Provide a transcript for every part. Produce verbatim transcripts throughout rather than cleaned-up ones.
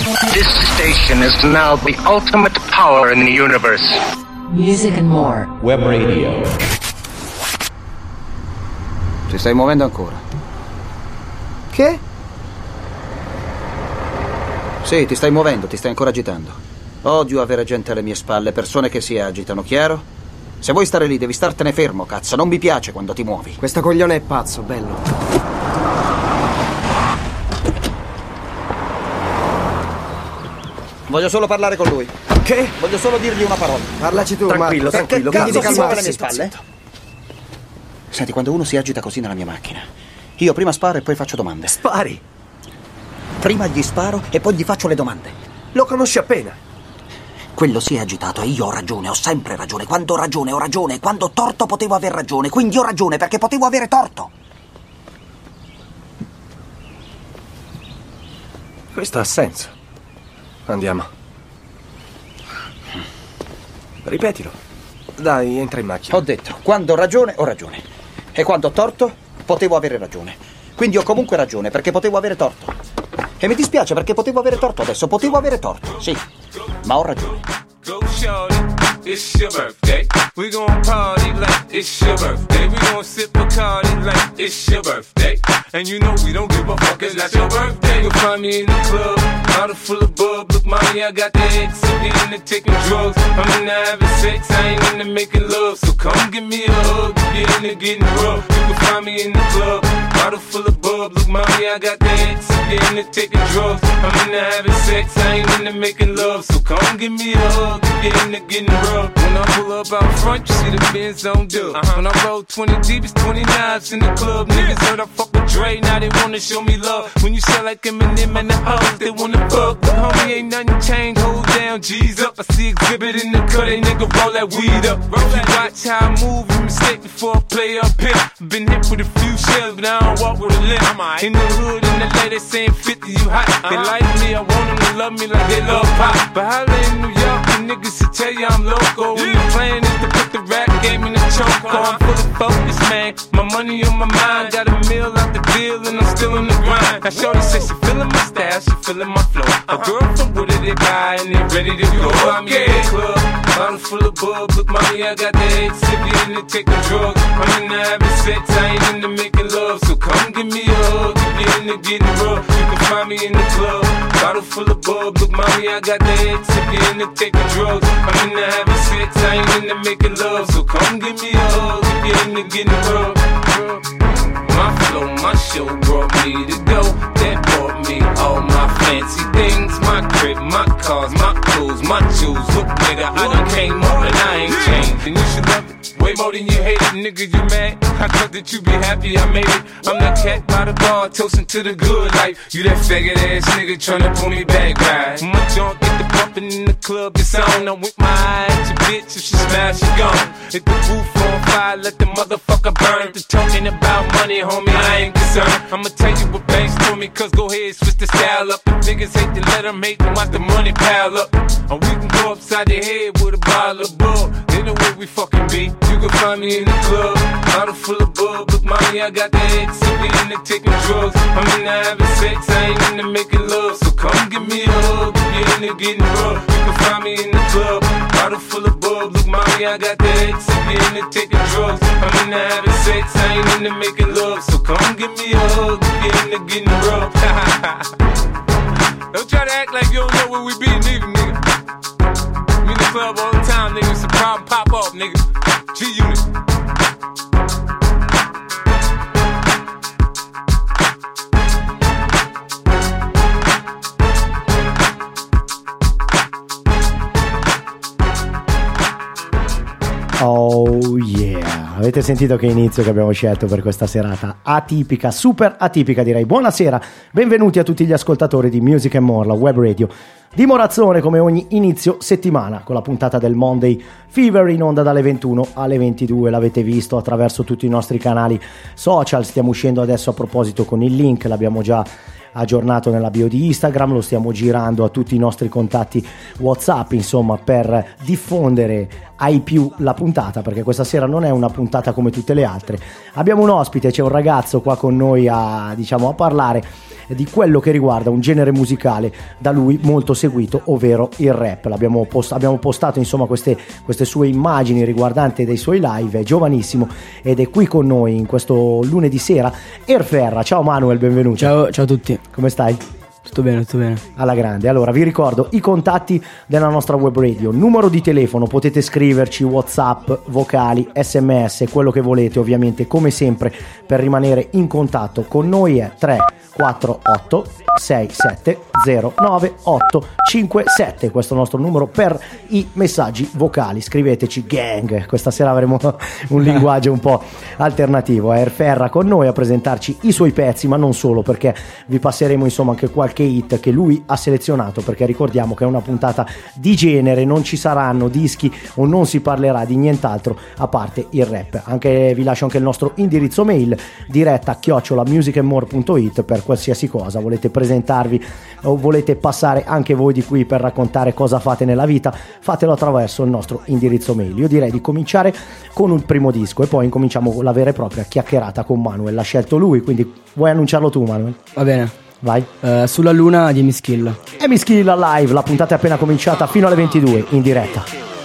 This station is now the ultimate power in the universe. Music and more. Web Radio. Ti stai muovendo ancora? Che? Sì, ti stai muovendo, ti stai ancora agitando. Odio avere gente alle mie spalle, persone che si agitano, chiaro? Se vuoi stare lì devi startene fermo, cazzo, non mi piace quando ti muovi. Questo coglione è pazzo, bello. Voglio solo parlare con lui. Che? Voglio solo dirgli una parola. Parlaci tu, tranquillo, Marco. tranquillo. Che Cazzo si muove alle mie zitto, spalle? zitto. Senti, quando uno si agita così nella mia macchina, io prima sparo e poi faccio domande. Spari? Prima gli sparo e poi gli faccio le domande. Lo conosci appena. Quello si è agitato e io ho ragione, ho sempre ragione. Quando ho ragione, ho ragione. Quando ho torto, potevo aver ragione. Quindi ho ragione perché potevo avere torto. Questo ha senso. Andiamo. Ripetilo. Dai, entra in macchina. Ho detto, quando ho ragione, ho ragione. E quando ho torto, potevo avere ragione. Quindi ho comunque ragione, perché potevo avere torto. E mi dispiace perché potevo avere torto adesso. Potevo avere torto, sì. Ma ho ragione. Go shorty, it's your birthday. We gon' party like it's your birthday. We gon' sip Bacardi like it's your birthday. And you know we don't give a fuck, it's not your birthday. You'll find me in the club, bottle full of bub. Look, mommy, I got the X, I'm into taking drugs. I'm into having sex, I ain't into making love. So come give me a hug, if you're into getting rough. You can find me in the club, bottle full of bub. Look, mommy, I got the X, I'm into taking drugs. I'm into having sex, I ain't into making love. So come give me a hug, if you're into getting rough. When I pull up out front, you see the Benz on dub. Uh-huh. When I roll twenty deep, it's twenty knives in the club. Niggas heard I fuck with Dre, now they wanna show me love. When you sell like Eminem and the hoes, they wanna fuck. But homie, ain't nothing changed, hold down, G's up. I see exhibit in the cut, they nigga roll that weed up. If you watch how I move, you mistake before I play up here. Been hit with a few shells, but I don't walk with a limp. In the hood, in the lady saying fifty, you hot. They like me, I want them to love me like they love pop. But holla in New York, the niggas to tell you I'm loco. And the plan is to put the rap game in the choke. I'm full of focus, man. My money on my mind, got a meal out the deal, and I'm still in the grind. Now shorty says she feeling my style, she feeling my flow. A girl from Wooded, they buy and they ready to go. I'm in the club, bottle full of bub. Look, mommy, I got the X, if you into taking drugs. I'm into having sex, I ain't into making love. So come give me a hug, if you're into getting rough. You can find me in the club, bottle full of bub. Look, mommy, I got the X, if you're into taking drugs. I'm into having sex, I ain't into making love. So come give me a hug, if you're into getting rough. My flow, my show brought me to go. That brought me all my fancy things. My crib, my cars, my clothes, my jewels. Look, nigga, I done came up and I ain't changed. And you should love it way more than you hate it, nigga, you mad? I thought that you be happy I made it. I'm that cat by the bar, toasting to the good life. You that faggot ass nigga tryna pull me back, right? My junk get the bumpin' in the club, it's on. I'm with my eye at your bitch, if she smash, she gone. Hit the roof on fire, let the motherfucker burn. The talking about money, homie, I ain't concerned. I'ma tell you what banks told me, cause go ahead, switch the style up. If niggas hate to let them hate them, watch the money pile up. Or we can go upside the head with a bottle of bug. They know where we fucking be. You can find me in the club, bottle full of bub. Look, mommy, I got the X, if you into taking drugs. I'm into having sex, I ain't into making love. So come give me a hug, if you're into getting rough. You can find me in the club, bottle full of bub. Look, mommy, I got the X, if you into taking drugs. I'm into having sex, I ain't into making love. So come give me a hug, if you're into getting rough. Don't try to act like you don't know where we be, nigga, nigga. We in the club all the time, nigga. It's a problem, pop off, nigga. G-Unit. Oh yeah, avete sentito che inizio che abbiamo scelto per questa serata atipica, super atipica direi. Buonasera, benvenuti a tutti gli ascoltatori di Music and More, la web radio di Morazzone, come ogni inizio settimana con la puntata del Monday Fever in onda dalle ventuno alle ventidue. L'avete visto attraverso tutti i nostri canali social, stiamo uscendo adesso a proposito con il link, l'abbiamo già aggiornato nella bio di Instagram, lo stiamo girando a tutti i nostri contatti WhatsApp, insomma, per diffondere ai più la puntata, perché questa sera non è una puntata come tutte le altre. Abbiamo un ospite, c'è un ragazzo qua con noi a, diciamo, a parlare di quello che riguarda un genere musicale da lui molto seguito, ovvero il rap. L'abbiamo post- abbiamo postato insomma queste, queste sue immagini riguardanti dei suoi live. È giovanissimo ed è qui con noi in questo lunedì sera. Erferra, ciao Manuel, benvenuto. Ciao, ciao a tutti. Come stai? Tutto bene, tutto bene. Alla grande. Allora vi ricordo i contatti della nostra web radio, numero di telefono, potete scriverci WhatsApp, vocali, sms, quello che volete, ovviamente come sempre per rimanere in contatto con noi è tre quattro otto sei sette zero nove otto cinque sette, questo è il nostro numero per i messaggi vocali. Scriveteci gang, questa sera avremo un linguaggio un po' alternativo. È Erferra con noi a presentarci i suoi pezzi, ma non solo, perché vi passeremo insomma anche qualche hit che lui ha selezionato, perché ricordiamo che è una puntata di genere, non ci saranno dischi o non si parlerà di nient'altro a parte il rap. Anche vi lascio anche il nostro indirizzo mail, diretta chiocciola music and more punto it, per qualsiasi cosa volete presentarvi o volete passare anche voi di qui per raccontare cosa fate nella vita, fatelo attraverso il nostro indirizzo mail. Io direi di cominciare con un primo disco e poi incominciamo la vera e propria chiacchierata con Manuel. L'ha scelto lui, quindi vuoi annunciarlo tu, Manuel? Va bene. Vai. Uh, sulla luna di Emiskill. Emiskill live, la puntata è appena cominciata, fino alle ventidue in diretta.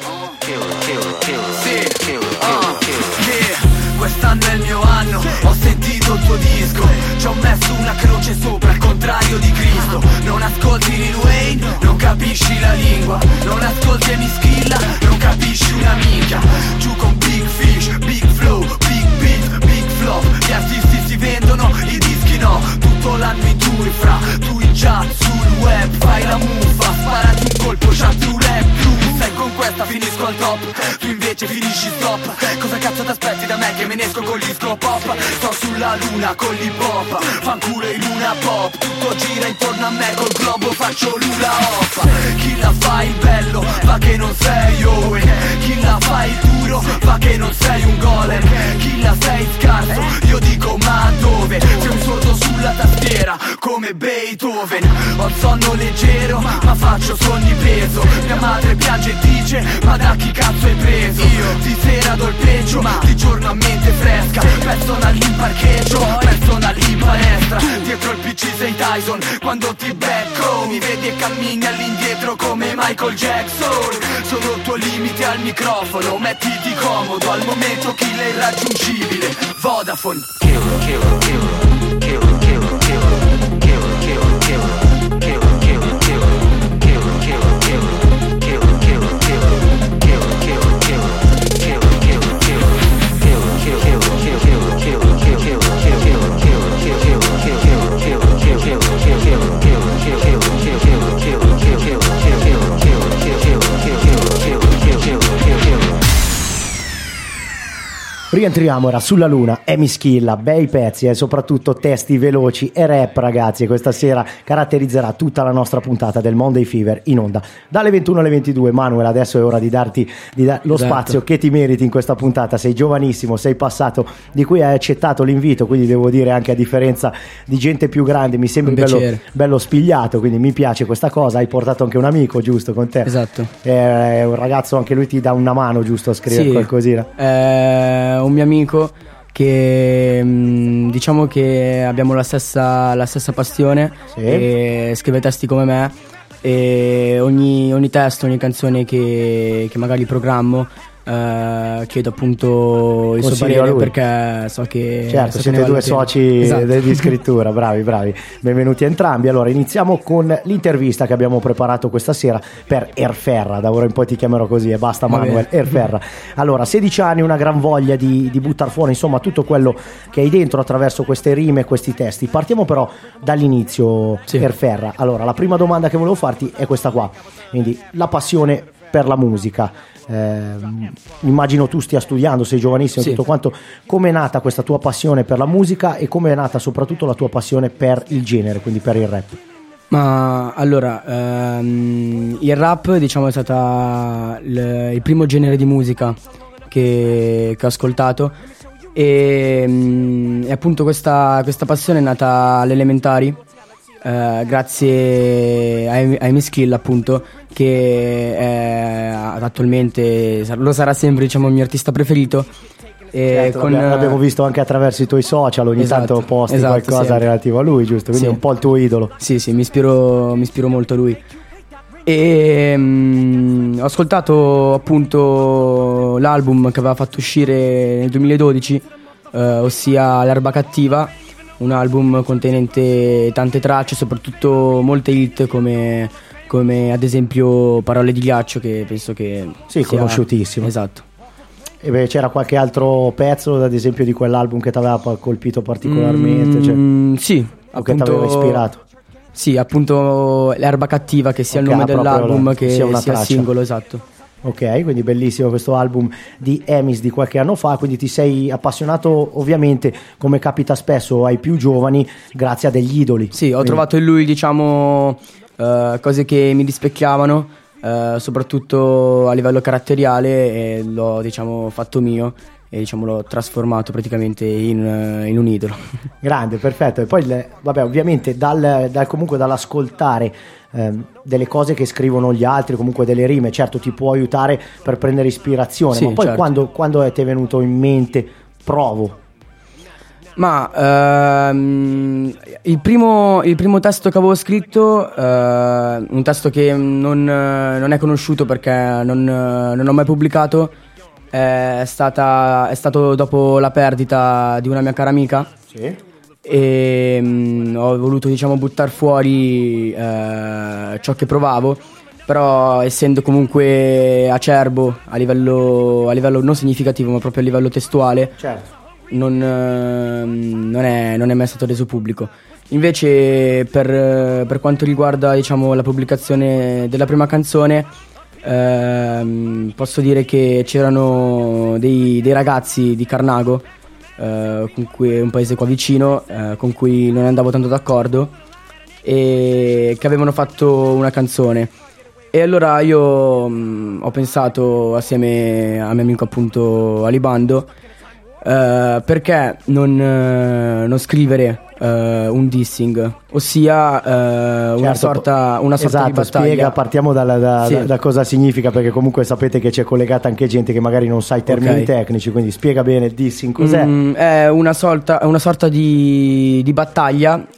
Quest'anno è il mio anno, ho sentito il tuo disco, ci ho messo una croce sopra al contrario di Cristo. Non ascolti Lil Wayne, non capisci la lingua, non ascolti Emiskill, non capisci una minchia. Giù con Big Fish, Big Flow, Big Beat, Big Flop. Gli artisti si vendono, i dischi no, tutto l'anno in tour fra. Tu in chat sul web, fai la muffa, sparati un colpo, chat tu rap. Tu sai con questa finisco al top, tu invece finisci stop. Cosa cazzo ti aspetti da me che me ne esco con gli scoop pop? Sto sulla luna con l'hip hop, fanculo in luna pop. Tutto gira intorno a me col globo, faccio lula off. Chi la fa il bello, fa che non sei Owen. Chi la fa il duro, fa che non sei un golem. Chi la sei scarso, io dico ma dove? Sei un sordo sulla tastiera, come Beethoven. Ho il sonno leggero, ma faccio sogni peso. Mia madre piange e dice, ma da chi cazzo hai preso? Io di sera do il peggio, ma di giorno a mente fresca. Personal in parcheggio, personal in palestra. Dietro il P C sei Tyson, quando ti becco mi vedi e cammini all'indietro come Michael Jackson. Sono il tuo limite al microfono, mettiti comodo, al momento chi è irraggiungibile. Vodafone. Kill, kill, kill, kill, kill, kill, kill, kill, kill, kill, kill, Rientriamo, era sulla luna, Emiskill, bei pezzi e soprattutto testi veloci e rap, ragazzi, e questa sera caratterizzerà tutta la nostra puntata del Monday Fever in onda dalle ventuno alle ventidue. Manuel, adesso è ora di darti di da- lo esatto. spazio che ti meriti in questa puntata. Sei giovanissimo, sei passato di cui hai accettato l'invito, quindi devo dire anche a differenza di gente più grande mi sembri bello, bello spigliato, quindi mi piace questa cosa. Hai portato anche un amico, giusto, con te? Esatto. È un ragazzo, anche lui ti dà una mano, giusto, a scrivere sì, qualcosina? È un mio amico che diciamo che abbiamo la stessa, la stessa passione, sì. E scrive testi come me e ogni, ogni testo, ogni canzone che, che magari programmo Uh, chiedo appunto il suo parere perché so che certo so siete due soci esatto. di scrittura, bravi bravi benvenuti entrambi. Allora iniziamo con l'intervista che abbiamo preparato questa sera per Erferra, da ora in poi ti chiamerò così e basta. Va Manuel bene. Erferra, allora sedici anni, una gran voglia di, di buttar fuori insomma tutto quello che hai dentro attraverso queste rime e questi testi. Partiamo però dall'inizio, sì. Erferra, allora la prima domanda che volevo farti è questa qua, quindi la passione per la musica. Eh, immagino tu stia studiando, sei giovanissimo, sì. Tutto quanto. Come è nata questa tua passione per la musica e come è nata soprattutto la tua passione per il genere, quindi per il rap? Ma allora ehm, il rap diciamo è stata il, il primo genere di musica che, che ho ascoltato e, e appunto questa, questa passione è nata alle elementari. eh, grazie ai, ai Miss Kill, appunto, che è, attualmente lo sarà sempre, diciamo, il mio artista preferito. E certo, con, l'abbiamo, l'abbiamo visto anche attraverso i tuoi social, ogni esatto, tanto posti esatto, qualcosa sempre. relativo a lui, giusto? Quindi sì. è un po' il tuo idolo. Sì, sì, mi ispiro, mi ispiro molto a lui. E mh, ho ascoltato appunto l'album che aveva fatto uscire nel duemiladodici, eh, ossia L'erba cattiva, un album contenente tante tracce, soprattutto molte hit come, come ad esempio Parole di ghiaccio, che penso che sì, sia conosciutissimo. Esatto. E beh, c'era qualche altro pezzo, ad esempio, di quell'album che ti aveva colpito particolarmente? Mm, cioè, sì, o che ti aveva ispirato? Sì, appunto L'erba cattiva, che sia Okay, il nome dell'album, la, che sia, una sia il traccia. singolo, esatto. Ok, quindi bellissimo questo album di Emis di qualche anno fa, quindi ti sei appassionato, ovviamente, come capita spesso ai più giovani, grazie a degli idoli. Sì, ho quindi... trovato in lui, diciamo, uh, cose che mi rispecchiavano, uh, soprattutto a livello caratteriale, e l'ho, diciamo, fatto mio e, diciamo, l'ho trasformato praticamente in, uh, in un idolo. Grande, perfetto. E poi, le, vabbè, ovviamente dal, dal comunque dall'ascoltare ehm, delle cose che scrivono gli altri, comunque delle rime, certo ti può aiutare per prendere ispirazione, sì, ma poi certo. quando, quando ti è venuto in mente provo? Ma ehm, il, primo, il primo testo che avevo scritto, eh, un testo che non, non è conosciuto perché non, non ho mai pubblicato, è, stata, è stato dopo la perdita di una mia cara amica. Sì. E mh, ho voluto, diciamo, buttare fuori eh, ciò che provavo, però essendo comunque acerbo a livello, a livello non significativo ma proprio a livello testuale, Certo. non, eh, non, è, non è mai stato reso pubblico. Invece per, per quanto riguarda, diciamo, la pubblicazione della prima canzone, ehm, posso dire che c'erano dei, dei ragazzi di Carnago, Uh, con cui, un paese qua vicino, uh, con cui non andavo tanto d'accordo, e che avevano fatto una canzone, e allora io mh, ho pensato assieme a mio amico, appunto, Alibando, uh, perché non, uh, non scrivere uh, un dissing, ossia uh, una Certo, sorta, una sorta esatto, di battaglia. Spiega, partiamo dalla, da, Sì. da, da cosa significa, perché comunque sapete che c'è collegata anche gente che magari non sa i termini Ok. tecnici, quindi spiega bene il dissing cos'è. Mm, è una sorta, una sorta di, di battaglia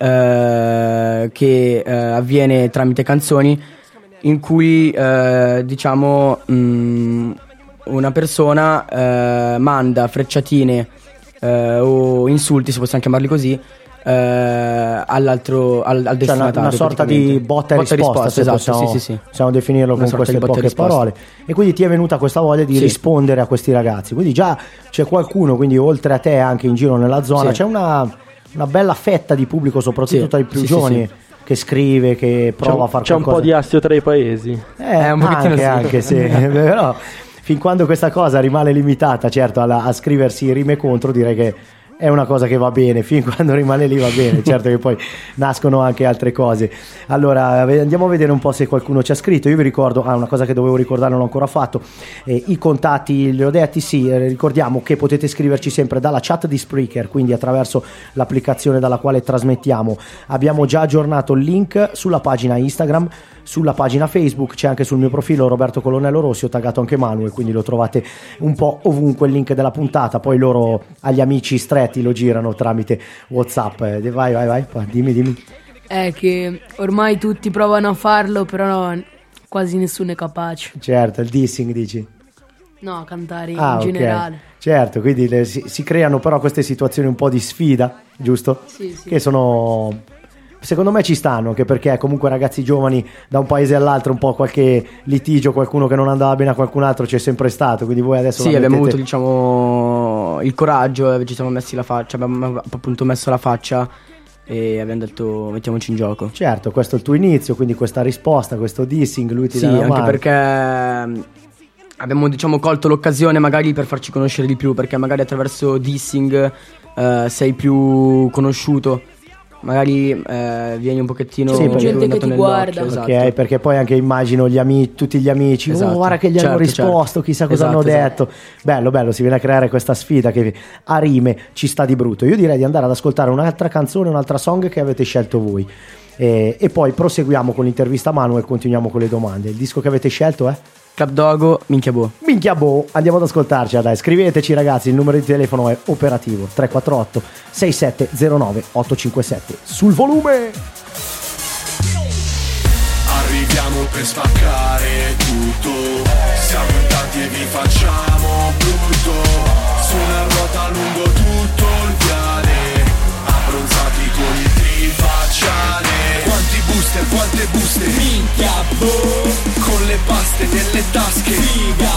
eh, che eh, avviene tramite canzoni, in cui eh, diciamo mh, una persona eh, manda frecciatine eh, o insulti, se possiamo chiamarli così, eh, all'altro, al, al Cioè una, destinatario, una sorta di praticamente. botta e risposta, se esatto, possiamo, sì, sì, sì. possiamo definirlo Una con sorta queste di botta e poche risposta. parole. E quindi ti è venuta questa voglia di Sì. rispondere a questi ragazzi, quindi già c'è qualcuno, quindi oltre a te anche in giro nella zona, Sì. c'è una, una bella fetta di pubblico, soprattutto Sì. tra i più Sì, sì, giovani, sì. che scrive, che C'è, prova un- a fare c'è un qualcosa. po' di astio tra i paesi. Eh, un pochettino anche, sì. anche sì. Però fin quando questa cosa rimane limitata, certo, alla- a scriversi rime contro, direi che è una cosa che va bene, fin quando rimane lì va bene, certo che poi nascono anche altre cose. Allora ve- andiamo a vedere un po' se qualcuno ci ha scritto. Io vi ricordo, ah, una cosa che dovevo ricordare, non ho ancora fatto, eh, i contatti li ho detti, sì, eh, ricordiamo che potete scriverci sempre dalla chat di Spreaker, quindi attraverso l'applicazione dalla quale trasmettiamo. Abbiamo già aggiornato il link sulla pagina Instagram, sulla pagina Facebook, c'è anche sul mio profilo Roberto Colonnello Rossi, ho taggato anche Manuel, quindi lo trovate un po' ovunque il link della puntata. Poi loro agli amici stretti lo girano tramite WhatsApp. Eh, vai vai vai, poi dimmi dimmi. È che ormai tutti provano a farlo, però quasi nessuno è capace. Certo, il dissing dici. No, a cantare Ah, in ok. generale. Certo, quindi le- si, si creano però queste situazioni un po' di sfida, giusto? Sì, sì. Che sono, secondo me ci stanno, anche perché comunque ragazzi giovani da un paese all'altro, un po' qualche litigio, qualcuno che non andava bene a qualcun altro c'è sempre stato, quindi voi adesso Sì, la abbiamo mettete- avuto, diciamo, il coraggio, e ci siamo messi la faccia, abbiamo appunto messo la faccia e abbiamo detto mettiamoci in gioco. Certo, questo è il tuo inizio, quindi questa risposta, questo dissing, lui ti Sì, dà la anche mano. perché abbiamo, diciamo, colto l'occasione magari per farci conoscere di più, perché magari attraverso dissing eh, sei più conosciuto, magari eh, vieni un pochettino Sì, più perché- gente che andato ti nell'occhio, guarda. esatto. Ok, perché poi anche immagino gli amici, tutti gli amici, oh Esatto. guarda che gli hanno Certo, risposto, certo. chissà cosa Esatto, hanno esatto. detto. Bello, bello, si viene a creare questa sfida che a rime ci sta di brutto. Io direi di andare ad ascoltare un'altra canzone, un'altra song che avete scelto voi. e, e poi proseguiamo con l'intervista a Manuel, continuiamo con le domande. Il disco che avete scelto è? Club Dogo, Minchia Boh. Minchia Boh, andiamo ad ascoltarci, dai, scriveteci ragazzi, il numero di telefono è operativo tre quattro otto sei sette zero nove otto cinque sette. Sul volume! Arriviamo per spaccare tutto, siamo in tanti e vi facciamo brutto, su una ruota lungo tutto il viale, abbronzati con il trifacciale. Quanti booster, quante buste, minchia boh, con le paste nelle tasche, figa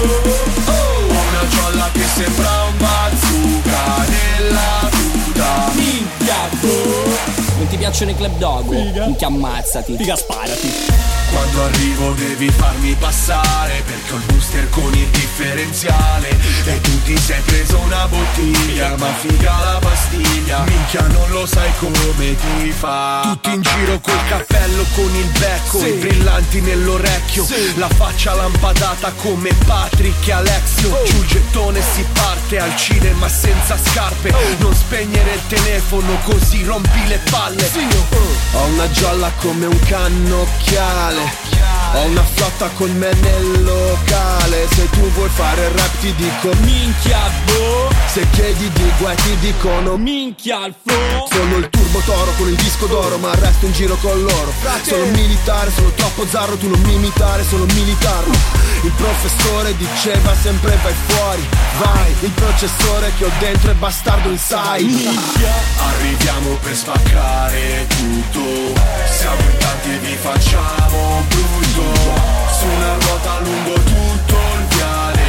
boh, oh, una giolla che sembra un bazooka nella tuta, minchia boh. Non ti piacciono i Club Dogo? Minchia ammazzati, figa sparati. Quando arrivo devi farmi passare, perché ho il booster con il differenziale e tu ti sei preso una bottiglia, ma figa la pastiglia, minchia non lo sai come ti fa. Tutti in giro col cappello con il becco, sì, i brillanti nell'orecchio, sì, la faccia lampadata come Patrick e Alexio, oh, giù il gettone si parte al cinema senza scarpe, oh, non spegnere il telefono così rompi le palle, sì, oh. Ho una gialla come un cannocchiale, ho una flotta con me nel locale, se tu vuoi fare rap ti dico minchia boh, se chiedi di guai ti dicono minchia al flow. Sono il turbo toro con il disco d'oro, ma resto in giro con loro. Sono militare, sono troppo zarro, tu non mi imitare, sono militarno. Il professore diceva sempre vai fuori, vai, il processore che ho dentro è bastardo inside. Minchia. Arriviamo per spaccare tutto, siamo in tanti e vi facciamo brutto, su una ruota lungo tutto il viale,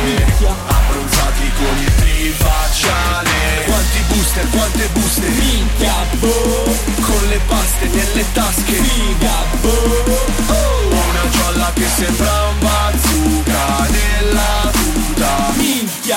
abbronzati con il trifacciale. Quanti booster, quante buste, minchia boh, con le paste nelle tasche, figa boh, oh, una giolla che sembra un bazooka nella tuta, minchia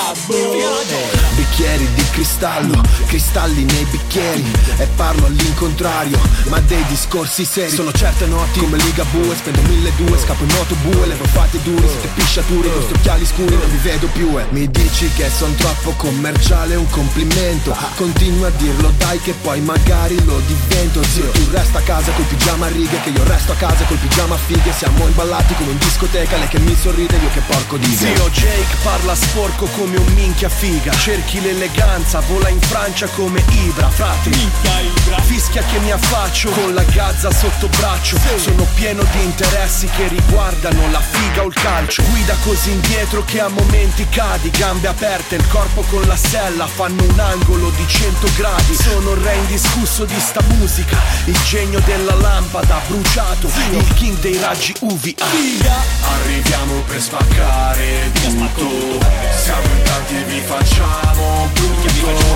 boh. Bicchieri di cristallo, cristalli nei bicchieri, e parlo all'incontrario, ma dei discorsi seri. Sono certe notti come Liga Bue, spendo mille due, scappo in moto bue, le fate dure, siete pisciaturi, con sti occhiali scuri non vi vedo più, eh. Mi dici che son troppo commerciale, un complimento, continua a dirlo dai che poi magari lo divento. Zio, tu resta a casa col pigiama a righe, che io resto a casa col pigiama a fighe, siamo imballati come in discoteca, lei che mi sorride, io che porco di zio Jake parla sporco come un minchia figa, cerchi l'eleganza, vola in Francia come Ibra, frate, minchia Ibra, fischia che mi affaccio con la gazza sotto braccio, sì, sono pieno di interessi che riguardano la figa o il calcio, guida così indietro che a momenti cadi, gambe aperte, il corpo con la sella fanno un angolo di cento gradi, sono il re indiscusso di sta musica, il genio della lampada bruciato, sì, il king dei raggi U V A, figa. Arriviamo per spaccare tutto, siamo in tanti e vi facciamo brutto,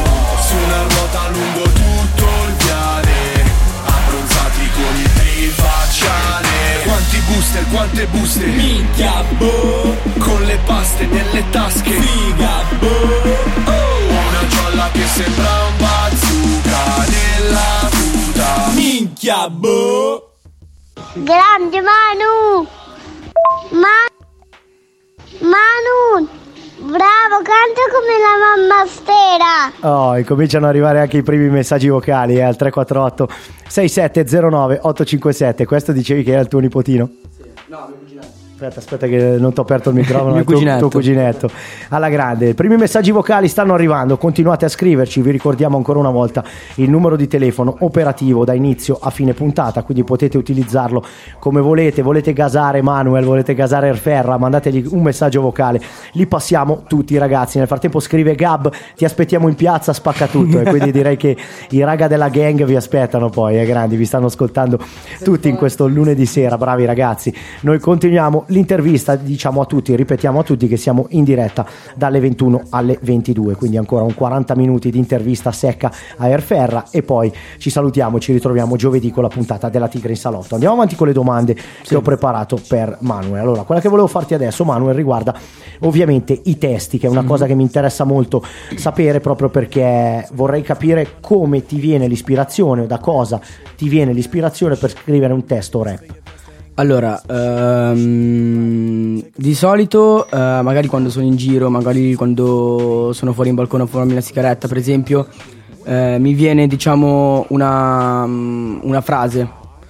su una ruota lungo tutto il viale, abbronzati con il trifacciale. Quanti booster, quante buste, minchia boh, con le paste nelle tasche, figa boh, oh, una giolla che sembra un bazooka nella tuta, minchia boh. Grande Manu, Ma- Manu, bravo, canta come la mamma Stera. Oh, incominciano ad arrivare anche i primi messaggi vocali, eh, al tre quattro otto sei sette zero nove otto cinque sette. Questo dicevi che era il tuo nipotino? Sì. No, mio cuginato. Aspetta, aspetta che non ti ho aperto il microfono. Mio tuo, cuginetto. tuo cuginetto. Alla grande. I primi messaggi vocali stanno arrivando, continuate a scriverci, vi ricordiamo ancora una volta il numero di telefono operativo da inizio a fine puntata, quindi potete utilizzarlo come volete. Volete gasare Manuel, volete gasare Erferra, mandategli un messaggio vocale, li passiamo tutti ragazzi. Nel frattempo scrive Gab, ti aspettiamo in piazza, spacca tutto, e quindi direi che i raga della gang vi aspettano poi, eh, grandi, vi stanno ascoltando tutti in questo lunedì sera, bravi ragazzi. Noi continuiamo l'intervista, diciamo a tutti, ripetiamo a tutti che siamo in diretta dalle ventuno alle ventidue, quindi ancora un quaranta minuti di intervista secca a Erferra e poi ci salutiamo, ci ritroviamo giovedì con la puntata della Tigre in Salotto. Andiamo avanti con le domande che sì. ho preparato per Manuel. Allora, quella che volevo farti adesso, Manuel, riguarda ovviamente i testi, che è una mm-hmm. cosa che mi interessa molto sapere, proprio perché vorrei capire come ti viene l'ispirazione, da cosa ti viene l'ispirazione per scrivere un testo rap. Allora, um, di solito uh, magari quando sono in giro, magari quando sono fuori in balcone a fumarmi una sigaretta per esempio, uh, mi viene diciamo una, um, una frase,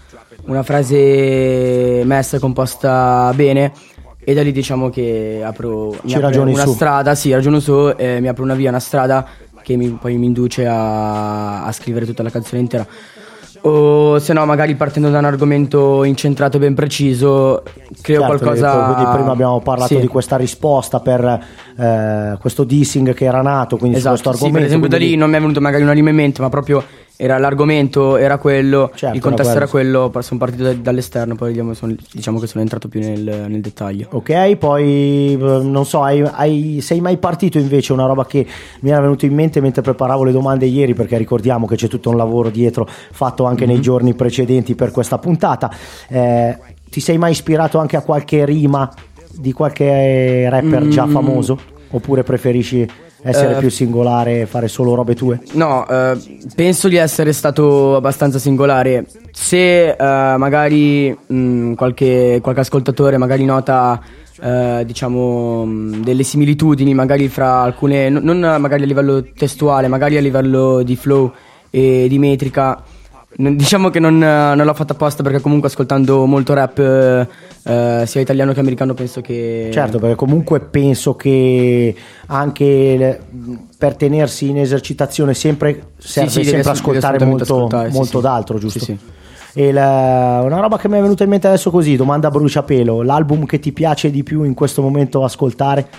una frase messa e composta bene, e da lì diciamo che apro Ci apre ragioni una su. strada, sì, ragiono su, eh, mi apro una via, una strada che mi, poi mi induce a, a scrivere tutta la canzone intera. O se no, magari partendo da un argomento incentrato ben preciso, creo Certo, qualcosa. detto, quindi prima abbiamo parlato sì. di questa risposta per eh, questo dissing che era nato, quindi Esatto, su questo sì, argomento. per esempio da quindi- lì non mi è venuto magari una rima in mente, ma proprio era l'argomento, era quello, Certo, il contesto era era quello, poi sono partito da- dall'esterno, poi diciamo, sono, diciamo che sono entrato più nel, nel dettaglio. Ok, poi eh, non so, hai, hai- sei mai partito invece, una roba che mi era venuto in mente mentre preparavo le domande ieri, perché ricordiamo che c'è tutto un lavoro dietro fatto anche Mhm. nei giorni precedenti per questa puntata. Eh, ti sei mai ispirato anche a qualche rima di qualche rapper già Mm. famoso? Oppure preferisci essere Eh, più singolare e fare solo robe tue? No, eh, penso di essere stato abbastanza singolare. Se eh, magari mh, qualche, qualche ascoltatore magari nota eh, diciamo mh, delle similitudini magari fra alcune, non non magari a livello testuale, magari a livello di flow e di metrica, non- diciamo che non, non l'ho fatto apposta, perché comunque ascoltando molto rap eh, eh, sia italiano che americano penso che... Certo, perché comunque penso che anche le- per tenersi in esercitazione sempre serve sì, devi sempre ass- ascoltare devi molto, assolutamente ascoltare, sì, molto sì. d'altro, giusto? Sì, sì. E la- una roba che mi è venuta in mente adesso così, domanda a bruciapelo, l'album che ti piace di più in questo momento ascoltare?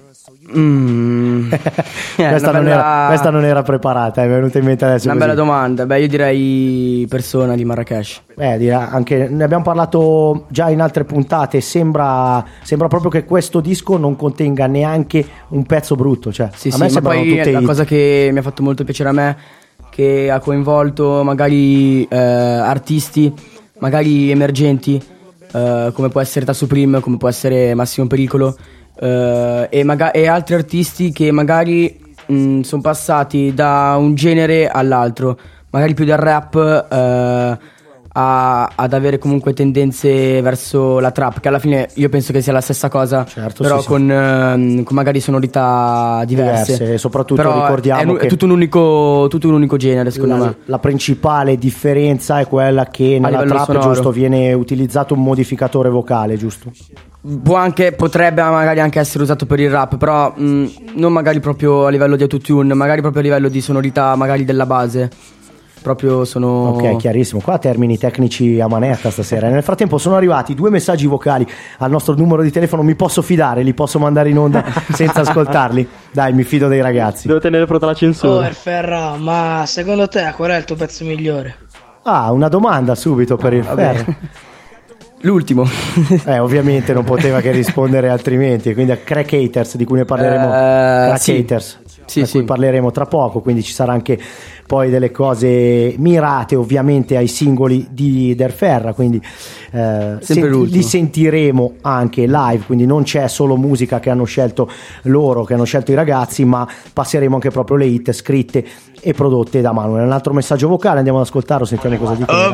Mm. Eh, questa, una non bella- era, questa non era preparata, è venuta in mente adesso Una così. bella domanda. Beh, io direi Persona di Marrakesh. Eh, dirà, anche, ne abbiamo parlato già in altre puntate, sembra, sembra proprio che questo disco non contenga neanche un pezzo brutto, cioè, Sì, a sì, me ma sembrano poi tutte la hit. cosa che mi ha fatto molto piacere a me, che ha coinvolto magari eh, artisti, magari emergenti, eh, come può essere Da Supreme, come può essere Massimo Pericolo, eh, e, maga- e altri artisti che magari sono passati da un genere all'altro, magari più dal rap eh, a- ad avere comunque tendenze verso la trap, che alla fine io penso che sia la stessa cosa, Certo, però sì, sì. con, ehm, con magari sonorità diverse, Diverse, e soprattutto però ricordiamo è, nu- è che- tutto un unico tutto un unico genere, secondo la, me. la principale differenza è quella che nella livello trap sonoro. giusto viene utilizzato un modificatore vocale, giusto? Può anche, potrebbe magari anche essere usato per il rap, però mh, non magari proprio a livello di autotune, magari proprio a livello di sonorità, magari della base. Proprio sono... Ok, chiarissimo. Qua termini tecnici a manetta stasera. Nel frattempo sono arrivati due messaggi vocali al nostro numero di telefono. Mi posso fidare? Li posso mandare in onda senza ascoltarli? Dai, mi fido dei ragazzi. Devo tenere pronta la Oh, censura. Ferra, ma secondo te qual è il tuo pezzo migliore? Ah, una domanda subito per il Vabbè. Fer. L'ultimo. Eh, ovviamente non poteva che rispondere altrimenti. Quindi a Crack Haters, di cui ne parleremo. Eh, Crack sì. Haters, Sì, di sì. cui parleremo tra poco. Quindi ci sarà anche poi delle cose mirate ovviamente ai singoli di Derferra. Quindi eh, senti- l'ultimo. li sentiremo anche live. Quindi non c'è solo musica che hanno scelto loro, che hanno scelto i ragazzi, ma passeremo anche proprio le hit scritte e prodotte da Manuel. Un altro messaggio vocale, andiamo ad ascoltarlo, sentiamo cosa dicono. i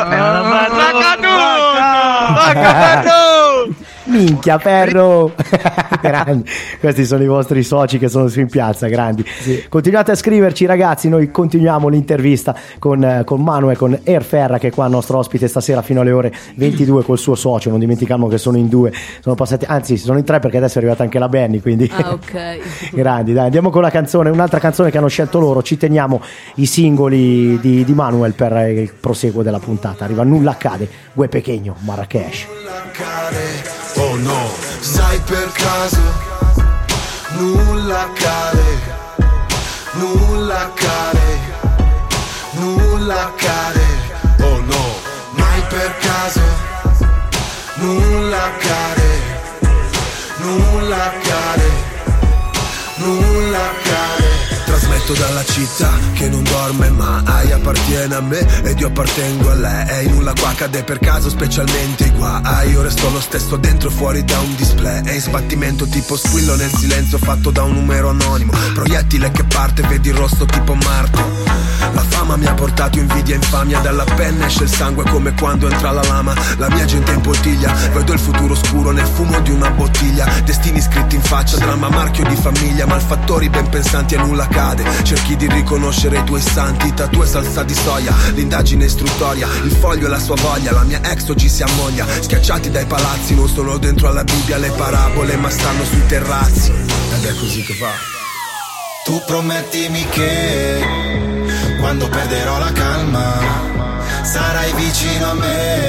ragazzi. Minchia Ferro. Grandi. Questi sono i vostri soci che sono su in piazza, grandi. Continuate a scriverci ragazzi, noi continuiamo l'intervista con, eh, con Manuel, con Erferra, che è qua il nostro ospite stasera fino alle ore ventidue col suo socio. Non dimentichiamo che sono in due, sono passati, anzi sono in tre, perché adesso è arrivata anche la Benny, quindi Ah, ok. grandi. Dai, andiamo con la canzone, un'altra canzone che hanno scelto loro. Ci teniamo i singoli di, di Manuel per il proseguo della puntata. Arriva Nulla Accade, Gue Pequeño, Marrakesh. Oh no, sai per caso nulla accade, nulla accade, nulla accade. Oh no, mai per caso nulla accade, nulla accade, nulla accade. Trasmetto dalla città che non dorme mai, appartiene a me ed io appartengo a lei. Nulla qua cade per caso, specialmente i guai. Io resto lo stesso dentro e fuori da un display. E sbattimento tipo squillo nel silenzio fatto da un numero anonimo. Proiettile che parte, vedi il rosso tipo Marte. La fama mi ha portato invidia e infamia. Dalla penna esce il sangue come quando entra la lama. La mia gente in bottiglia, vedo il futuro scuro nel fumo di una bottiglia. Destini scritti in faccia, dramma marchio di famiglia. Malfattori ben pensanti e nulla cade. Cerchi di riconoscere i tuoi santi, tatu e salsa di soia. L'indagine istruttoria, il foglio e la sua voglia. La mia ex oggi si ammoglia. Schiacciati dai palazzi, non sono dentro alla Bibbia le parabole, ma stanno sui terrazzi. Ed è così che va. Tu promettimi che quando perderò la calma sarai vicino a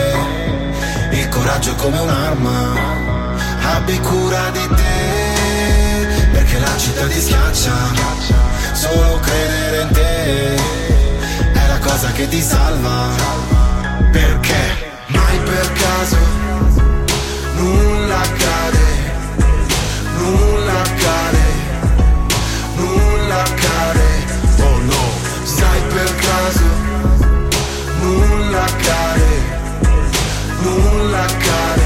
me. Il coraggio è come un'arma, abbi cura di te, perché la città ti schiaccia. Solo credere in te è la cosa che ti salva. Perché mai per caso nulla accade, nulla accade, nulla accade. Oh no, sai per caso nulla accade, nulla accade,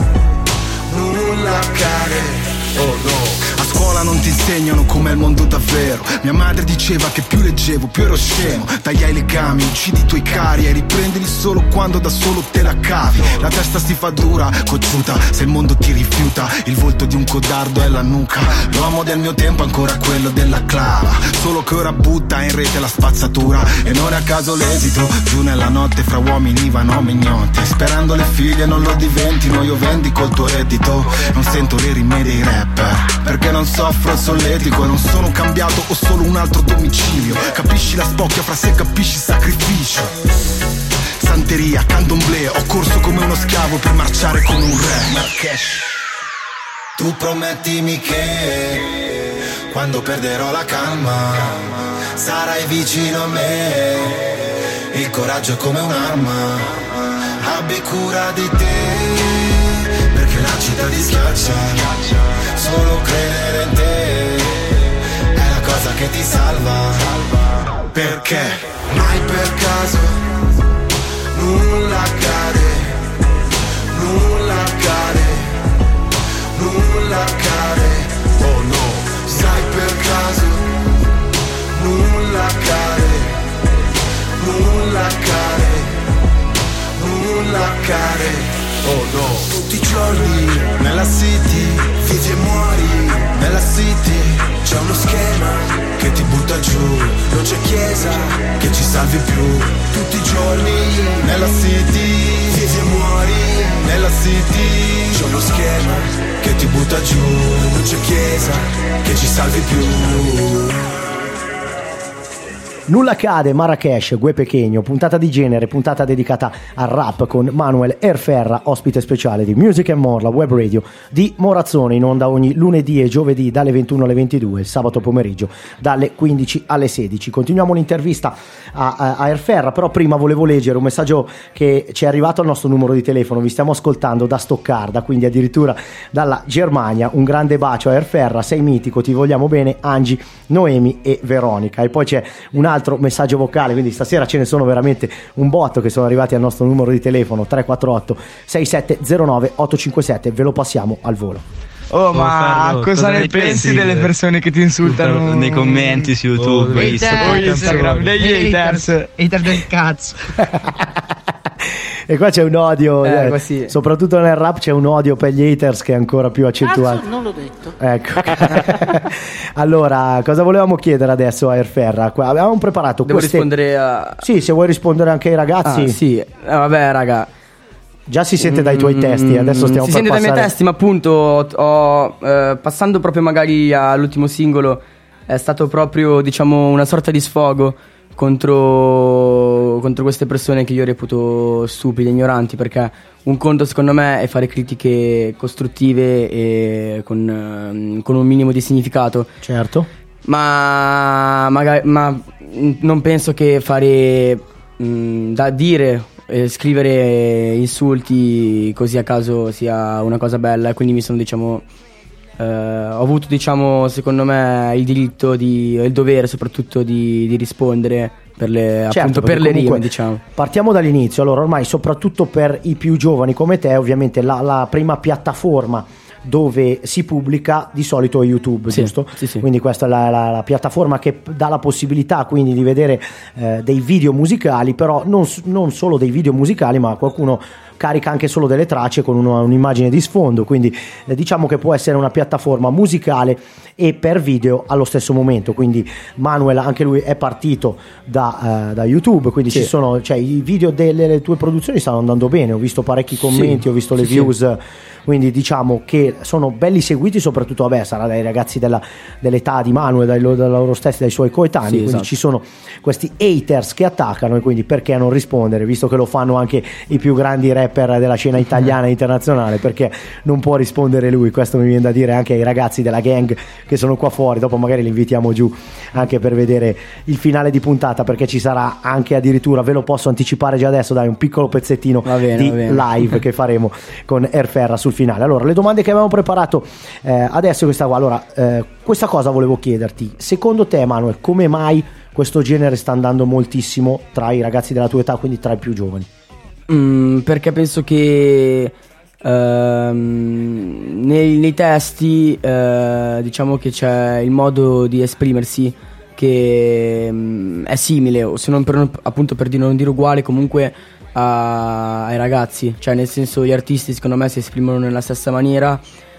nulla accade. Oh no. A scuola non ti insegnano com'è il mondo davvero. Mia madre diceva che più leggevo più ero scemo. Taglia i legami, uccidi i tuoi cari e riprendili solo quando da solo te la cavi. La testa si fa dura, cocciuta, se il mondo ti rifiuta. Il volto di un codardo è la nuca. L'uomo del mio tempo è ancora quello della clava, solo che ora butta in rete la spazzatura. E non è a caso l'esito, giù nella notte fra uomini vanno mignotti, sperando le figlie non lo diventino. Io vendico il tuo reddito, non sento le rime dei rapper, perché non soffro il solletico e non sono cambiato, ho solo un altro domicilio. Capisci la spocchia fra se capisci il sacrificio. Santeria, candomblé, ho corso come uno schiavo per marciare come un re. Marrakesh. Tu promettimi che quando perderò la calma sarai vicino a me. Il coraggio è come un'arma, abbi cura di te, perché la città ti schiaccia. Solo credere in te è la cosa che ti salva. Perché mai per caso nulla accade, nulla accade, nulla accade. Oh no, sai per caso nulla accade, nulla accade, nulla accade. Oh no. Tutti i giorni nella city vivi e muori nella city. C'è uno schema che ti butta giù, non c'è chiesa che ci salvi più. Tutti i giorni nella city vivi e muori nella city. C'è uno schema che ti butta giù, non c'è chiesa che ci salvi più. Nulla accade, Marrakesh, Gue Pequeno, puntata di genere, puntata dedicata al rap con Manuel Erferra, ospite speciale di Music and More, la web radio di Morazzone, in onda ogni lunedì e giovedì dalle ventuno alle ventidue, il sabato pomeriggio dalle quindici alle sedici. Continuiamo l'intervista a, a, a Erferra, però prima volevo leggere un messaggio che ci è arrivato al nostro numero di telefono. Vi stiamo ascoltando da Stoccarda, quindi addirittura dalla Germania. Un grande bacio a Erferra, sei mitico, ti vogliamo bene, Angi, Noemi e Veronica. E poi c'è un altro messaggio vocale, quindi stasera ce ne sono veramente un botto che sono arrivati al nostro numero di telefono tre quattro otto sei sette zero nove otto cinque sette. Ve lo passiamo al volo. Oh, ma Ferro, cosa, cosa ne pensi, pensi delle persone che ti insultano nei commenti su YouTube, oh, Instagram, Instagram, degli haters, hater del cazzo? E qua c'è un odio, eh, eh, sì. Soprattutto nel rap c'è un odio per gli haters che è ancora più accentuato. Cazzo, non l'ho detto. Ecco. Allora, cosa volevamo chiedere adesso a Erferra? Avevamo preparato Devo queste... rispondere a... Sì, se vuoi rispondere anche ai ragazzi. Ah, sì, eh, vabbè raga. Già si sente dai tuoi testi, adesso stiamo si per sente passare... dai miei testi, ma appunto ho, eh, passando proprio magari all'ultimo singolo, è stato proprio, diciamo, una sorta di sfogo contro, contro queste persone che io reputo stupide, ignoranti, perché un conto secondo me è fare critiche costruttive e con, con un minimo di significato. Certo. Ma, magari, ma non penso che fare mh, da dire e scrivere insulti così a caso sia una cosa bella, e quindi mi sono, diciamo, eh, ho avuto, diciamo, secondo me il diritto di, e il dovere soprattutto di, di rispondere per le, certo, appunto per le rime, diciamo. Partiamo dall'inizio. Allora, ormai soprattutto per i più giovani come te, ovviamente la, la prima piattaforma dove si pubblica di solito è YouTube, sì, giusto? Sì, sì. Quindi questa è la, la, la piattaforma che dà la possibilità quindi di vedere eh, dei video musicali, però non, non solo dei video musicali, ma qualcuno carica anche solo delle tracce con una, un'immagine di sfondo, quindi eh, diciamo che può essere una piattaforma musicale e per video allo stesso momento. Quindi Manuel anche lui è partito da, uh, da YouTube, quindi sì. ci sono, cioè, i video delle tue produzioni stanno andando bene, ho visto parecchi commenti, sì. ho visto le sì, views sì. Quindi diciamo che sono belli seguiti, soprattutto vabbè sarà dai ragazzi della, dell'età di Manuel, dai, dai loro stessi, dai suoi coetanei, sì, quindi esatto. ci sono questi haters che attaccano, e quindi perché non rispondere, visto che lo fanno anche i più grandi rapper della scena italiana e internazionale, perché non può rispondere lui? Questo mi viene da dire anche ai ragazzi della gang che sono qua fuori, dopo magari li invitiamo giù anche per vedere il finale di puntata, perché ci sarà anche addirittura, ve lo posso anticipare già adesso, dai, un piccolo pezzettino bene, di live che faremo con Erferra sul finale. Allora, le domande che avevamo preparato eh, adesso è questa qua. Allora, eh, questa cosa volevo chiederti, secondo te Manuel, come mai questo genere sta andando moltissimo tra i ragazzi della tua età, quindi tra i più giovani? Mm, perché penso che ehm, nei, nei testi eh, diciamo che c'è il modo di esprimersi che mh, è simile, o se non per, appunto per non dire uguale, comunque a, ai ragazzi, cioè nel senso gli artisti secondo me si esprimono nella stessa maniera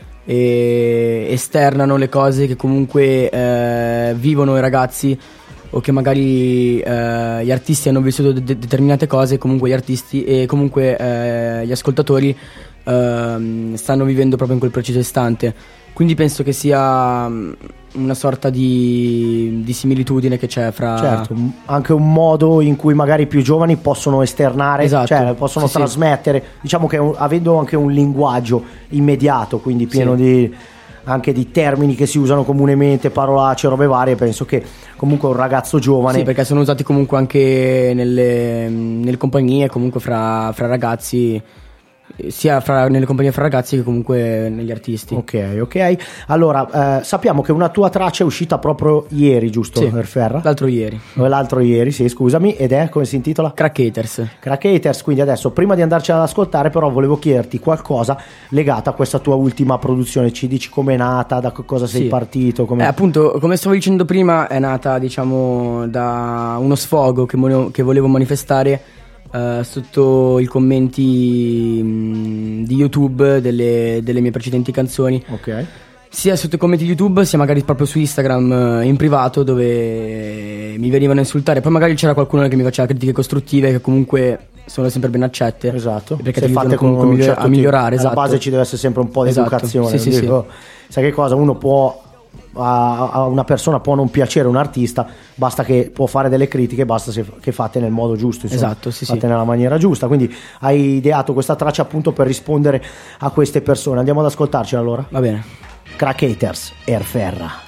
e esternano le cose che comunque eh, vivono i ragazzi, o che magari eh, gli artisti hanno vissuto de- de- determinate cose, comunque gli artisti e comunque eh, gli ascoltatori eh, stanno vivendo proprio in quel preciso istante. Quindi penso che sia una sorta di, di similitudine che c'è fra... Certo, anche un modo in cui magari i più giovani possono esternare, esatto. cioè possono sì, trasmettere, sì. diciamo che un, avendo anche un linguaggio immediato, quindi pieno sì. di... anche di termini che si usano comunemente, parolacce, robe varie, penso che comunque un ragazzo giovane... Sì, perché sono usati comunque anche nelle, nelle compagnie, comunque fra, fra ragazzi, sia fra, nelle compagnie fra ragazzi che comunque negli artisti. Ok, ok. Allora, eh, sappiamo che una tua traccia è uscita proprio ieri, giusto? Sì, Erferra? l'altro ieri. L'altro ieri, sì, scusami, ed è, come si intitola? Crack Haters. Crack Haters, quindi adesso, prima di andarci ad ascoltare, però volevo chiederti qualcosa legato a questa tua ultima produzione. Ci dici com'è nata, da cosa sei sì. partito? Com'è... Eh, appunto, come stavo dicendo prima, è nata, diciamo, da uno sfogo che volevo, che volevo manifestare Uh, sotto i commenti mh, di YouTube delle, delle mie precedenti canzoni, ok, sia sotto i commenti di YouTube sia magari proprio su Instagram uh, in privato, dove mi venivano a insultare. Poi magari c'era qualcuno che mi faceva critiche costruttive che comunque sono sempre ben accette, esatto, perché se ti fatte comunque con un miglior- certo a migliorare tipo. Esatto. Alla base ci deve essere sempre un po' di esatto. educazione, sì, sì, sì. Sai che cosa? Uno può, a, a una persona può non piacere un artista, basta che può fare delle critiche, basta se, che fate nel modo giusto, insomma, esatto, sì, fate sì. nella maniera giusta. Quindi hai ideato questa traccia appunto per rispondere a queste persone. Andiamo ad ascoltarcela allora? Va bene. Crack Haters, Erferra.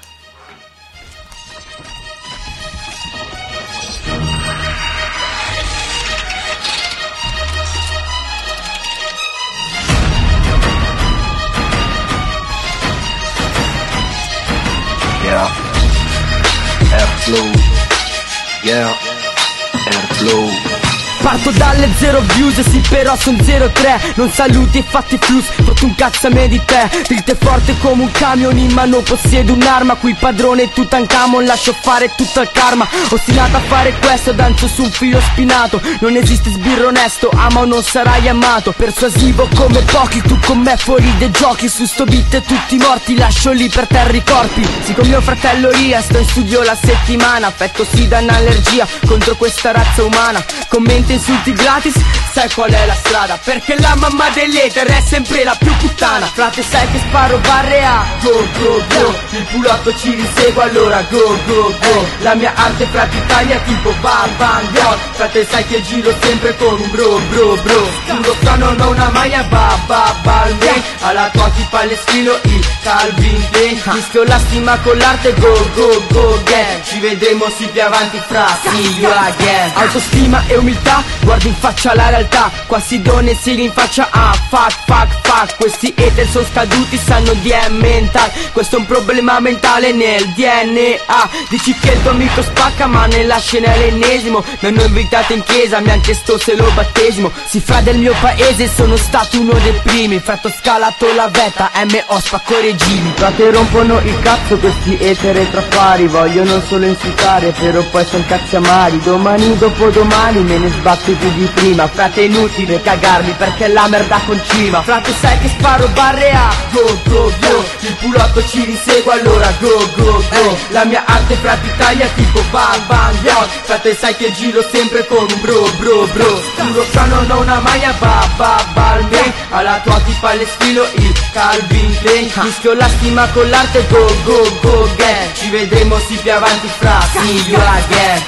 Yeah, Airflow, yeah, Airflow. Parto dalle zero views, sì però son zero tre. Non saluti e fatti flus, fotto un cazzo a me di te. Dritte forte come un camion, in mano possiedo un'arma. Qui padrone Tutankhamon, lascio fare tutto il karma. Ostinato a fare questo, danzo su un filo spinato. Non esiste sbirro onesto, ama o non sarai amato. Persuasivo come pochi, tu con me fuori dei giochi. Su sto beat tutti morti, lascio lì per terra i corpi. Sì con mio fratello Ria, sto in studio la settimana. Affetto sì da un'allergia contro questa razza umana. Commenti insulti gratis, sai qual è la strada? Perché la mamma dell'eter è sempre la più puttana. Frate sai che sparo barre a go go go. Il pulotto ci risegue allora go go go. La mia arte frate Italia tipo bam bam go. Frate sai che giro sempre con un bro bro bro. Uno sono non una maglia ba ba balmain. Alla tua tipa le scrivo il Calvin Klein. Mischio la stima con l'arte go go go again. Ci vedremo sì più avanti fra see you again. Autostima e umiltà, guardi in faccia la realtà. Qua si dona e si rinfaccia ah fuck fuck fuck. Ma questi hater sono scaduti, sanno di mental. Questo è un problema mentale nel D N A. Dici che il tuo amico spacca ma nella scena è l'ennesimo. Mi hanno invitato in chiesa, mi han chiesto se lo battesimo. Si fa del mio paese, sono stato uno dei primi. Fratto ho scalato la vetta, M O spacco regimi. Frate rompono il cazzo questi hater e trappari. Vogliono solo insultare però poi son cazzi amari. Domani dopo domani me ne sbatto più di prima. Frate è inutile cagarmi perché la merda concima. Frate sai che sparo barre a go go go. Il pulotto ci risegue allora go go go. La mia arte frate Italia tipo bang bang yo. Frate sai che giro sempre con un bro bro bro. Giuro che non ho una maglia ba ba balmain. Alla tua tipa le sfilo il Calvin Klein. Mischio la stima con l'arte go go go gang. Ci vedremo sì più avanti fra see you again.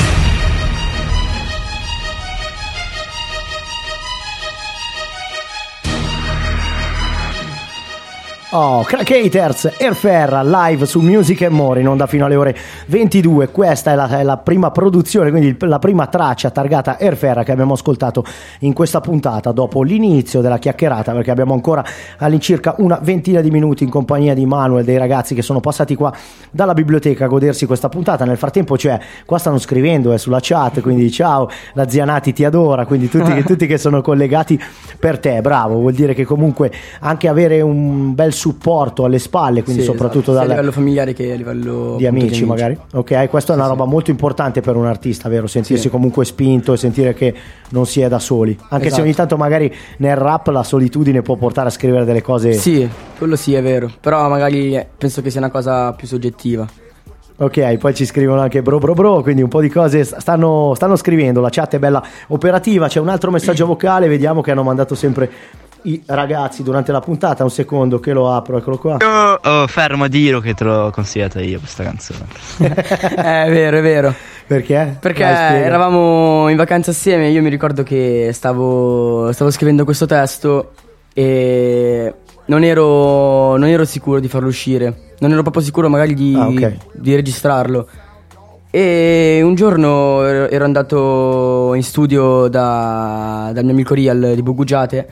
Oh, Crack Haters, Airferra live su Music and More in onda fino alle ore ventidue. Questa è la, è la prima produzione, quindi la prima traccia targata Airferra che abbiamo ascoltato in questa puntata dopo l'inizio della chiacchierata, perché abbiamo ancora all'incirca una ventina di minuti in compagnia di Manuel, dei ragazzi che sono passati qua dalla biblioteca a godersi questa puntata. Nel frattempo, cioè, qua stanno scrivendo eh, sulla chat, quindi ciao, la zia Nati ti adora, quindi tutti, tutti che sono collegati per te, bravo, vuol dire che comunque anche avere un bel supporto alle spalle, quindi sì, soprattutto esatto, dalle... sia a livello familiare che a livello di amici, di amici magari. Ok, questa è una sì, roba sì. molto importante per un artista, vero? Sentirsi sì. comunque spinto e sentire che non si è da soli, anche esatto. se ogni tanto magari nel rap la solitudine può portare a scrivere delle cose. Sì, quello sì è vero, però magari penso che sia una cosa più soggettiva. Ok, poi ci scrivono anche bro bro bro, quindi un po' di cose stanno, stanno scrivendo, la chat è bella operativa. C'è un altro messaggio vocale, vediamo, che hanno mandato sempre i ragazzi durante la puntata. Un secondo che lo apro, eccolo qua. Io oh, fermo a dire che te l'ho consigliata io questa canzone. È vero, è vero. Perché? Perché Vai, eravamo in vacanza assieme. Io mi ricordo che stavo, stavo scrivendo questo testo e non ero, non ero sicuro di farlo uscire. Non ero proprio sicuro magari di, ah, okay. di registrarlo. E un giorno ero andato in studio da, dal mio amico Rial di Bugugiate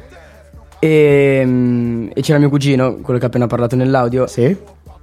e, e c'era mio cugino, quello che ha appena parlato nell'audio, sì.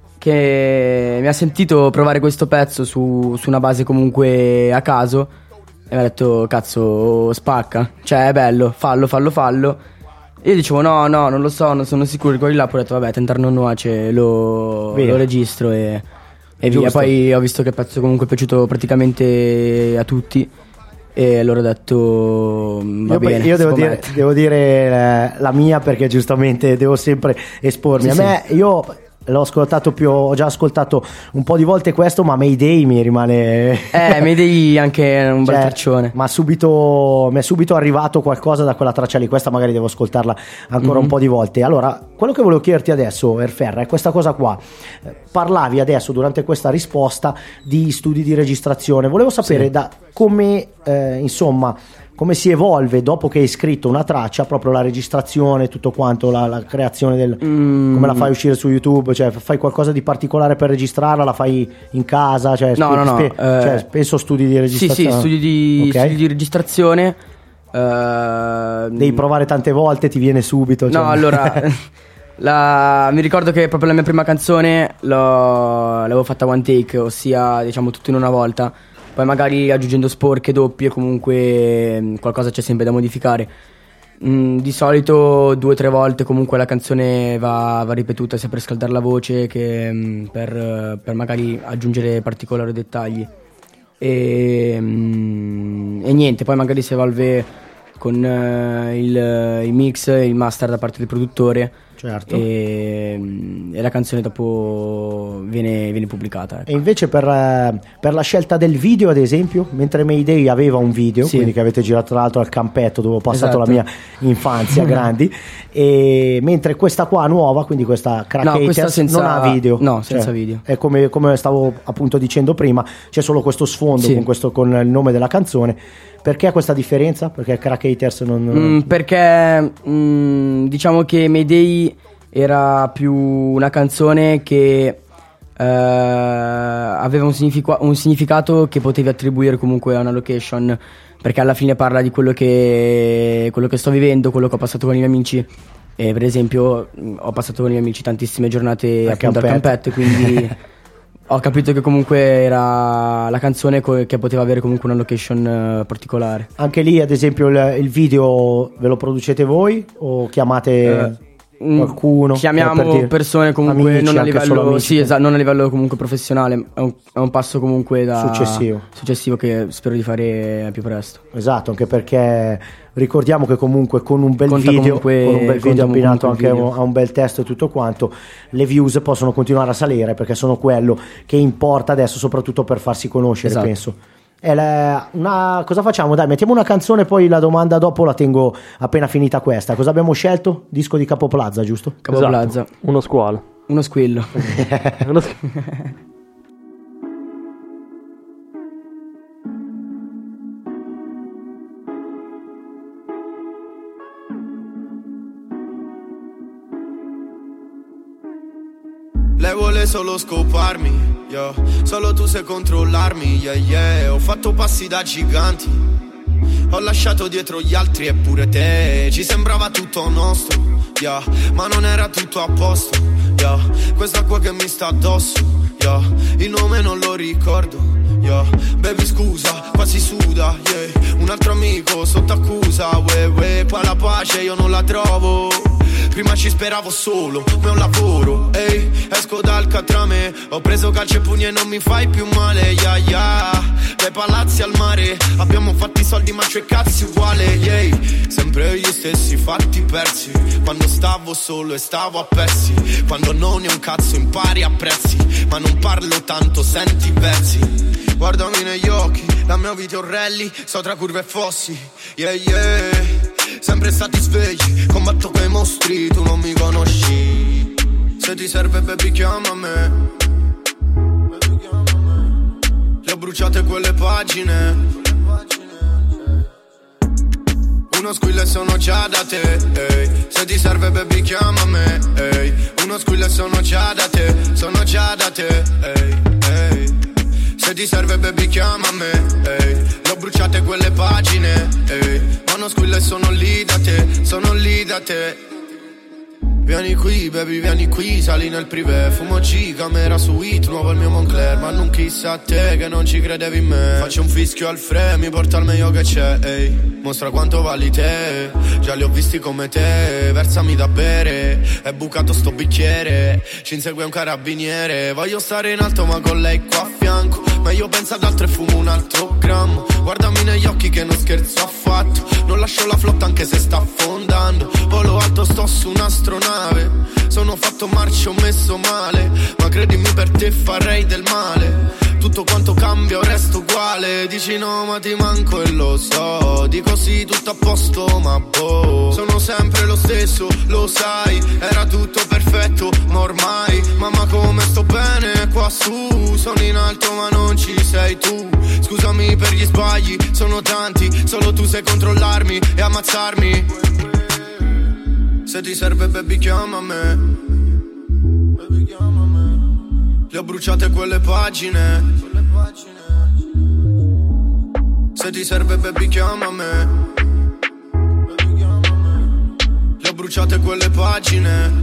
che mi ha sentito provare questo pezzo su, su una base comunque a caso e mi ha detto cazzo spacca, cioè è bello, fallo fallo fallo. Io dicevo no no non lo so, non sono sicuro di quelli là. Poi ho detto vabbè tentar non nuoce, lo, lo registro e, e via. Poi ho visto che il pezzo comunque è piaciuto praticamente a tutti e allora ho detto va io, bene, io devo dire, devo dire eh, la mia, perché giustamente devo sempre espormi. Sì, a me sì. io l'ho ascoltato più, ho già ascoltato un po' di volte questo, ma Mayday mi rimane eh Mayday anche un bel cioè, traccione. Ma subito mi è subito arrivato qualcosa da quella traccia lì. Questa magari devo ascoltarla ancora mm-hmm. un po' di volte. Allora, quello che volevo chiederti adesso, Airferra, è questa cosa qua. Parlavi adesso durante questa risposta di studi di registrazione. Volevo sapere sì. da come eh, insomma come si evolve dopo che hai scritto una traccia, proprio la registrazione, tutto quanto, la, la creazione del mm. come la fai uscire su YouTube, cioè fai qualcosa di particolare per registrarla, la fai in casa, cioè, no, spe- no, no, spe- eh, cioè penso studi di registrazione. Sì, sì, studi di, okay. studi di registrazione. Uh, Devi provare tante volte, ti viene subito. Cioè... No, allora la, mi ricordo che proprio la mia prima canzone l'ho, l'avevo fatta one take, ossia diciamo tutto in una volta. Poi magari aggiungendo sporche, doppie, comunque qualcosa c'è sempre da modificare. Mm, di solito due o tre volte comunque la canzone va, va ripetuta, sia per scaldare la voce che mm, per, per magari aggiungere particolari dettagli. E, mm, e niente, poi magari si evolve con uh, il, il mix e il master da parte del produttore. Certo. E, e la canzone dopo viene, viene pubblicata, ecco. E invece per, eh, per la scelta del video, ad esempio, mentre Mayday aveva un video, sì. quindi che avete girato tra l'altro al campetto dove ho passato esatto. la mia infanzia grandi, e mentre questa qua nuova, quindi questa Crack no, Haters, questa senza, non ha video. No, senza cioè, video. È come, come stavo appunto dicendo prima, c'è solo questo sfondo sì. con, questo, con il nome della canzone. Perché questa differenza? Perché Crack Haters non... Mm, perché mm, diciamo che Mayday era più una canzone che uh, aveva un, significa- un significato che potevi attribuire comunque a una location, perché alla fine parla di quello che, quello che sto vivendo, quello che ho passato con i miei amici. E per esempio ho passato con i miei amici tantissime giornate Al appunto al campetto. campetto, quindi ho capito che comunque era la canzone co- che poteva avere comunque una location eh, particolare. Anche lì, ad esempio, il, il video ve lo producete voi o chiamate Eh, qualcuno? Chiamiamo per dire- persone comunque amici, non a anche solo livello amici? sì, esatto, non a livello comunque professionale, è un, è un passo comunque da Successivo. successivo che spero di fare al più presto. Esatto, anche perché ricordiamo che comunque con un bel Conta video, comunque- con un bel conta video abbinato comunque il anche video. a un bel testo e tutto quanto, le views possono continuare a salire perché sono quello che importa adesso, soprattutto per farsi conoscere, Esatto. penso. E la- una, cosa facciamo? Dai, mettiamo una canzone, poi la domanda dopo la tengo appena finita questa. Cosa abbiamo scelto? Disco di Capo Plaza, giusto? Capo Plaza. Uno squalo. Uno squillo. Uno squ- Lei vuole solo scoparmi, yeah. Solo tu sai controllarmi, yeah yeah. Ho fatto passi da giganti, ho lasciato dietro gli altri eppure te. Ci sembrava tutto nostro, yeah. Ma non era tutto a posto, yeah. Quest'acqua che mi sta addosso, yeah. Il nome non lo ricordo, yeah. Baby scusa, quasi suda, yeah. Un altro amico sotto accusa, we we. Qua la pace io non la trovo. Prima ci speravo solo, ma è un lavoro, ehi. Esco dal catrame, ho preso calcio e pugni e non mi fai più male, ya yeah, yeah. Dai palazzi al mare, abbiamo fatti soldi ma c'è cazzi uguale, yeah. Sempre gli stessi fatti persi, quando stavo solo e stavo a pezzi. Quando non è un cazzo impari a prezzi, ma non parlo tanto, senti i versi. Guardami negli occhi, la mia vita è un rally, so tra curve e fossi, yeah yeah. Sempre stati svegli, combatto coi mostri, tu non mi conosci. Se ti serve baby chiama me. Le ho bruciate quelle pagine. Uno squillo e sono già da te, ehi. Se ti serve baby chiama me, ehi. Uno squillo e sono già da te, sono già da te, ehi, ehi. Se ti serve baby chiama me, ehi. Le ho bruciate quelle pagine, ehi. Ma uno squillo e sono lì da te, sono lì da te. Vieni qui baby, vieni qui, sali nel privé. Fumo G, camera suite, nuovo il mio Moncler. Ma non chissà a te che non ci credevi in me. Faccio un fischio al fre, mi porta il meglio che c'è, ehi. Mostra quanto vali te, già li ho visti come te. Versami da bere, è bucato sto bicchiere. Ci insegue un carabiniere. Voglio stare in alto ma con lei qua a fianco. Ma io penso ad altro e fumo un altro grammo. Guardami negli occhi che non scherzo affatto. Non lascio la flotta anche se sta affondando. Volo alto, sto su un'astronave. Sono fatto marcio, messo male. Ma credimi per te farei del male. Tutto quanto cambia o resto uguale. Dici no ma ti manco e lo so. Dico sì tutto a posto ma boh. Sono sempre lo stesso, lo sai. Era tutto perfetto ma ormai. Mamma come sto bene qua su. Sono in alto ma non ci sei tu. Scusami per gli sbagli, sono tanti. Solo tu sai controllarmi e ammazzarmi. Se ti serve baby chiama me. Baby chiama me. Le ho bruciate quelle pagine. Se ti serve baby chiama me. Baby chiama me. Le ho bruciate quelle pagine.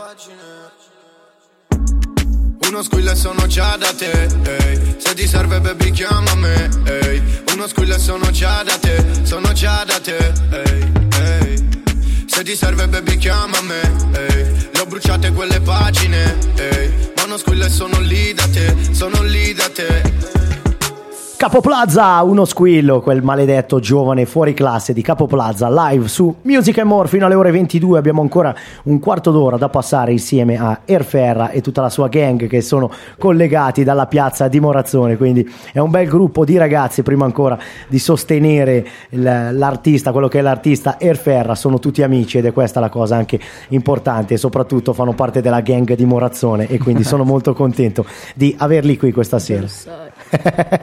Uno squillo e sono già da te, ehi. Se ti serve baby chiama me, ehi. Uno squillo e sono già da te, sono già da te, ehi, ehi. Se ti serve baby chiama me, ehi. Le ho bruciate quelle pagine, ehi. Ma uno squillo e sono lì da te, sono lì da te. Capo Plaza, uno squillo, quel maledetto giovane fuori classe di Capo Plaza, live su Music and More fino alle ore ventidue. Abbiamo ancora un quarto d'ora da passare insieme a Erferra e tutta la sua gang che sono collegati dalla piazza di Morazzone, quindi è un bel gruppo di ragazzi. Prima ancora di sostenere l'artista, quello che è l'artista Erferra, sono tutti amici ed è questa la cosa anche importante, e soprattutto fanno parte della gang di Morazzone e quindi sono molto contento di averli qui questa sera.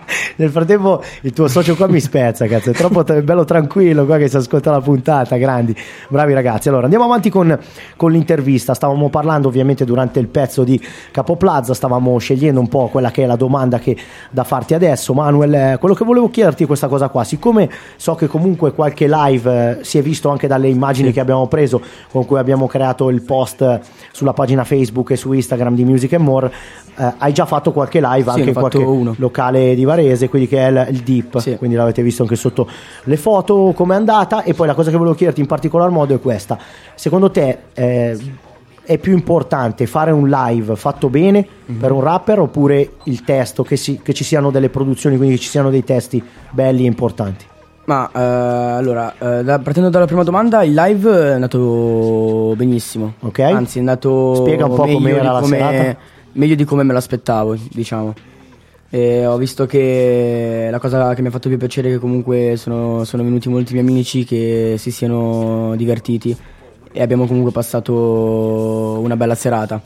Nel frattempo il tuo socio qua mi spezza, cazzo, è troppo è bello tranquillo qua che si ascolta la puntata, grandi, bravi ragazzi. Allora andiamo avanti con, con l'intervista. Stavamo parlando ovviamente durante il pezzo di Capo Plaza, stavamo scegliendo un po' quella che è la domanda che da farti adesso. Manuel, quello che volevo chiederti è questa cosa qua, siccome so che comunque qualche live eh, si è visto anche dalle immagini sì. che abbiamo preso, con cui abbiamo creato il post sulla pagina Facebook e su Instagram di Music and More, eh, hai già fatto qualche live sì, anche in qualche uno. locale di Varese, quindi che è il, il Deep, sì. quindi l'avete visto anche sotto le foto come è andata. E poi la cosa che volevo chiederti in particolar modo è questa: secondo te eh, è più importante fare un live fatto bene mm-hmm. per un rapper, oppure il testo, che, si, che ci siano delle produzioni, quindi che ci siano dei testi belli e importanti? Ma eh, allora, eh, da, partendo dalla prima domanda, il live è andato benissimo, ok? Anzi è andato spiega un po' com'era la come, serata. Meglio di come me l'aspettavo, diciamo. E ho visto che la cosa che mi ha fatto più piacere è che comunque sono, sono venuti molti miei amici che si siano divertiti e abbiamo comunque passato una bella serata.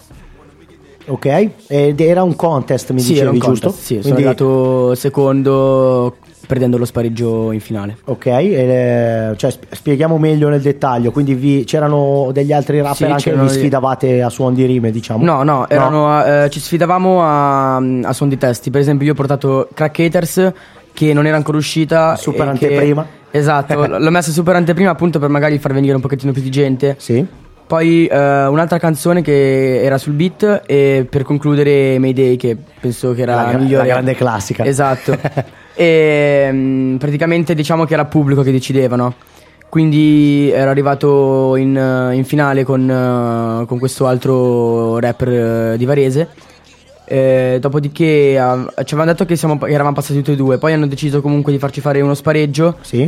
Ok, ed era un contest, mi sì, dicevi, era un giusto? Contest, sì, quindi... sono arrivato secondo perdendo lo spareggio in finale. Ok, e, cioè, spieghiamo meglio nel dettaglio. Quindi vi, c'erano degli altri rapper sì, anche che vi sfidavate a suon di rime, diciamo? No, no, erano, no. Eh, ci sfidavamo a, a suon di testi. Per esempio io ho portato Crack Haters, che non era ancora uscita. Super anteprima. Che, esatto, l'ho messa super anteprima appunto per magari far venire un pochettino più di gente. Sì. Poi eh, un'altra canzone che era sul beat, e per concludere Mayday, che penso che era la, la migliore. La grande classica. Esatto. E mh, praticamente diciamo che era il pubblico che decideva, no? Quindi ero arrivato in, in finale con, uh, con questo altro rapper uh, di Varese. E dopodiché uh, ci avevano detto che, siamo, che eravamo passati tutti e due. Poi hanno deciso comunque di farci fare uno spareggio. Sì.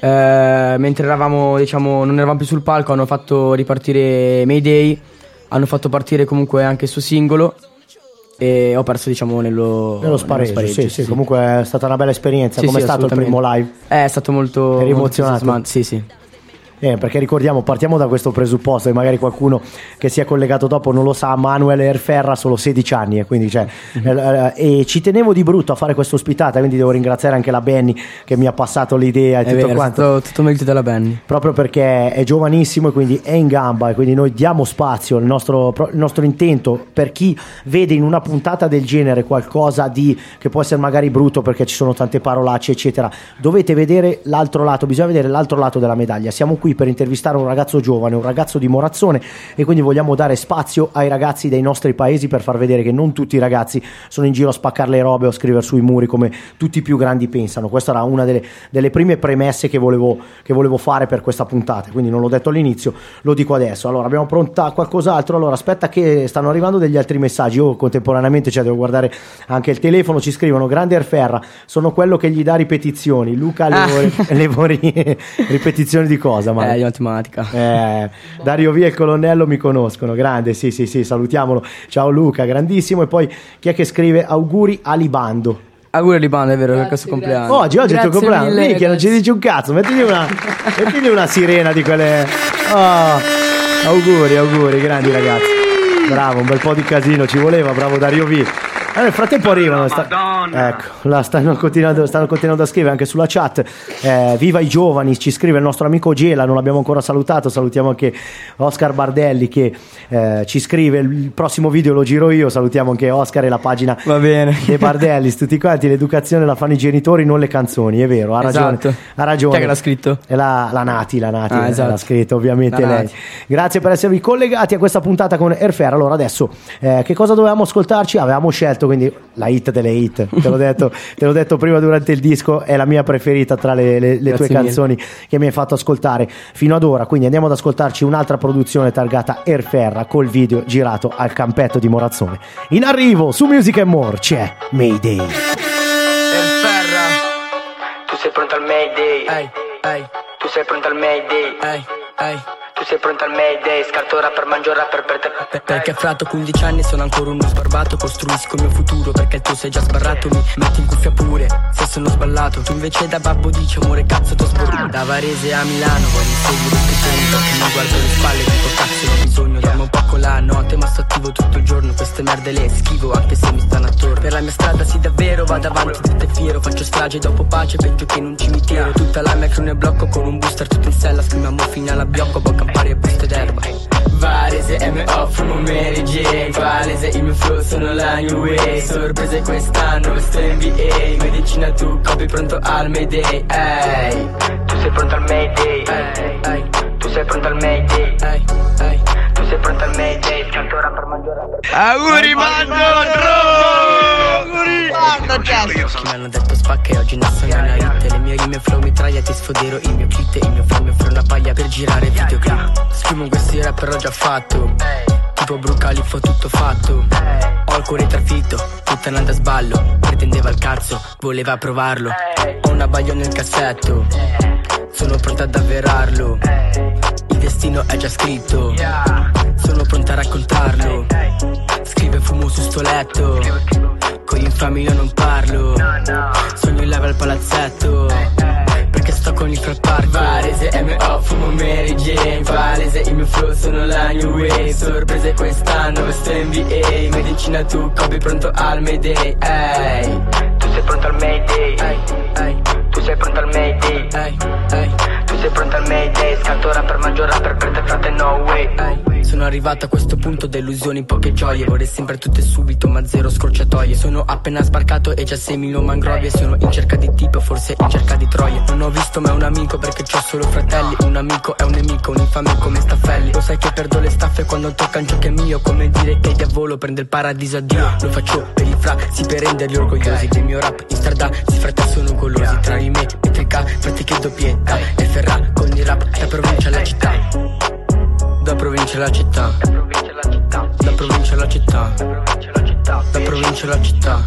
Eh, mentre eravamo, diciamo, non eravamo più sul palco, hanno fatto ripartire Mayday, hanno fatto partire comunque anche il suo singolo. E ho perso, diciamo, nello, nello spareggio, nello spareggio sì, sì, sì, comunque è stata una bella esperienza. Sì, come sì, è stato il primo live? Eh, è stato molto, eri emozionato? Molto sì, sì. Eh, perché ricordiamo, partiamo da questo presupposto, e magari qualcuno che si è collegato dopo non lo sa, Manuel Erferra ha solo sedici anni, e quindi cioè, mm-hmm. eh, e ci tenevo di brutto a fare questa ospitata, quindi devo ringraziare anche la Benny che mi ha passato l'idea e è tutto vero, quanto. Tutto, tutto merito della Benny. Proprio perché è giovanissimo e quindi è in gamba, e quindi noi diamo spazio. Il nostro, il nostro intento, per chi vede in una puntata del genere qualcosa di che può essere magari brutto perché ci sono tante parolacce eccetera, dovete vedere l'altro lato, bisogna vedere l'altro lato della medaglia. Siamo qui per intervistare un ragazzo giovane, un ragazzo di Morazzone, e quindi vogliamo dare spazio ai ragazzi dei nostri paesi per far vedere che non tutti i ragazzi sono in giro a spaccare le robe o a scrivere sui muri come tutti i più grandi pensano. Questa era una delle, delle prime premesse che volevo, che volevo fare per questa puntata, quindi non l'ho detto all'inizio, lo dico adesso. Allora, abbiamo pronta qualcos'altro? Allora, aspetta che stanno arrivando degli altri messaggi. Io contemporaneamente, cioè, devo guardare anche il telefono. Ci scrivono: grande Erferra, sono quello che gli dà ripetizioni. Luca ah. Levori. Ripetizioni di cosa? Ma eh, di matematica. Eh, Dario Via e il colonnello mi conoscono, grande, sì sì sì, salutiamolo, ciao Luca, grandissimo. E poi chi è che scrive auguri a Libando? Auguri a Libando, è vero, che è questo compleanno. Oggi, oggi è il tuo compleanno, minchia, non ci dici un cazzo, mettili una, mettili una sirena di quelle. Oh, auguri, auguri, grandi ragazzi, bravo, un bel po' di casino ci voleva, bravo Dario Via. Allora, nel frattempo arrivano, sta... ecco, la stanno continuando, stanno continuando a scrivere anche sulla chat. Eh, viva i giovani, ci scrive il nostro amico Gela, non l'abbiamo ancora salutato. Salutiamo anche Oscar Bardelli che eh, ci scrive: il prossimo video lo giro io. Salutiamo anche Oscar e la pagina Va bene. dei Bardelli, tutti quanti. L'educazione la fanno i genitori, non le canzoni, è vero, ha ragione. Esatto. Ha ragione. Chi è che l'ha scritto? È la, la Nati, la Nati ah, esatto. l'ha scritto ovviamente la lei. Nati. Grazie per esservi collegati a questa puntata con Erfer. Allora adesso eh, che cosa dovevamo ascoltarci? Avevamo scelto quindi la hit delle hit, te l'ho detto, te l'ho detto prima durante il disco, è la mia preferita tra le, le, le tue canzoni mille. Che mi hai fatto ascoltare fino ad ora. Quindi andiamo ad ascoltarci un'altra produzione targata Erferra col video girato al campetto di Morazzone. In arrivo su Music and More c'è Mayday. Erferra, tu sei pronto al Mayday? Ehi, ehi, tu sei pronto al Mayday? Ehi, ehi. Tu sei pronto al Mayday, scarto rapper, mangio rapper per te. Perché fratto quindici anni sono ancora uno sbarbato. Costruisco il mio futuro perché il tuo sei già sbarrato. Mi metti in cuffia pure, se sono sballato. Tu invece da babbo dici amore cazzo t'ho sborrato. Da Varese a Milano voglio seguire il sogno. Perché mi guardo le spalle dico cazzo non ho bisogno. Dormo un po' con la notte ma sto attivo tutto il giorno. Queste merde le schivo anche se mi stanno attorno. Per la mia strada sì davvero vado avanti tutto è fiero. Faccio strage dopo pace peggio che in un cimitero. Tutta la mia crew nel blocco con un booster tutto in sella. Scriviamo fino alla biocco, bocca campari e buste d'erba. Varese, M O, fumo Mary J. Palese, il mio flow sono la new way. Sorprese quest'anno, sto N B A. Medicina tu, copy pronto al Mayday. Ehi, tu sei pronto al Mayday. Ehi, ehi, tu sei pronto al Mayday. Ehi, ehi, tu sei pronto al Mayday. Canto ora per mangiare. Auguri Mando, auguri Mando, ciao. Chi mi hanno detto spacca e oggi ne sono una hit. Le mie rime flow mitraglia ti sfodero il mio kit. Il mio flow mi offre una paglia per girare videoclip. Scrivo questi rapper ho già fatto. Tipo Brucalifo tutto fatto. Ho il cuore trafitto, puttana da sballo. Pretendeva il cazzo, voleva provarlo. Ho una baglia nel cassetto, sono pronta ad avverarlo. Il destino è già scritto, sono pronta a raccontarlo. Scrive fumo su sto letto, con gli infami io non parlo. Sogno in live al palazzetto, perché sto con il Frat Park. Varese, M O, fumo Mary Jane. Palese, il mio flow sono la new way. Sorprese quest'anno, sto N B A. Medicina tu, copy pronto al Mayday. Ehi, tu sei pronto al Mayday. Ehi, ehi, tu sei pronto al Mayday. Ehi, ehi, tu sei pronto al Mayday. Scatto rapper, mangio rapper per te frate, no way. Ehi, sono arrivato a questo punto, delusioni, poche gioie. Vorrei sempre tutto e subito, ma zero scorciatoie. Sono appena sbarcato e già semino mangrovie. Sono in cerca di tipo, forse in cerca di troie. Non ho visto ma è un amico perché c'ho solo fratelli. Un amico è un nemico, un infame come Staffelli. Lo sai che perdo le staffe quando tocca un gioco è mio. Come dire che il diavolo prende il paradiso a Dio. Lo faccio per i fra, sì per renderli orgogliosi. Del mio rap in strada, si frate sono golosi. Tra di me, metrica, pratiche doppietta. E ferra con il rap, da provincia alla città. Da provincia alla città. Da provincia alla città. Da provincia alla città.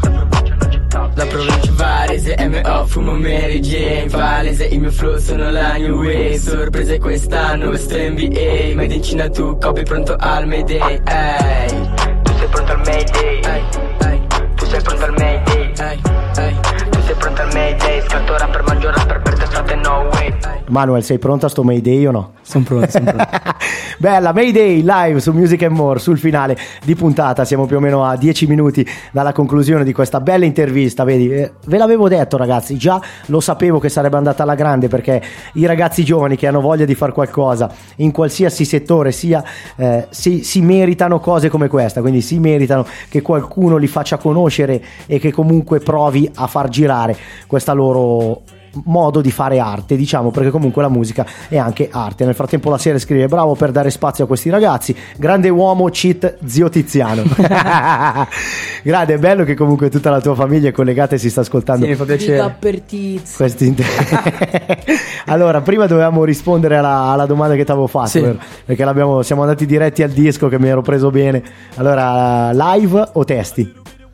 La provincia Varese, M O, fumo Mary Jane. Palese, il mio flow sono la new way. Sorprese quest'anno, sto N B A. Medicina tu, copy pronto al Mayday. Ehi, tu sei pronto al Mayday. Ehi, ehi, tu sei pronto al Mayday. Ehi, ehi, tu sei pronto al Mayday. Scatto rapper, mangio rapper per te frate, no way. Manuel, sei pronto a sto Mayday o no? Sono pronto, sono pronto. Bella, Mayday live su Music and More, sul finale di puntata. Siamo più o meno a dieci minuti dalla conclusione di questa bella intervista. Vedi, eh, ve l'avevo detto ragazzi, già lo sapevo che sarebbe andata alla grande, perché i ragazzi giovani che hanno voglia di fare qualcosa in qualsiasi settore sia, eh, si, si meritano cose come questa. Quindi si meritano che qualcuno li faccia conoscere e che comunque provi a far girare questa loro modo di fare arte, diciamo, perché comunque la musica è anche arte. Nel frattempo la serie scrive: bravo per dare spazio a questi ragazzi, grande uomo, cheat zio Tiziano. Grande, è bello che comunque tutta la tua famiglia è collegata e si sta ascoltando. Sì, mi fa piacere. Per Tizio. Questi inter- allora, prima dovevamo rispondere alla, alla domanda che ti avevo fatto, sì, perché l'abbiamo, siamo andati diretti al disco che mi ero preso bene. Allora, live o testi?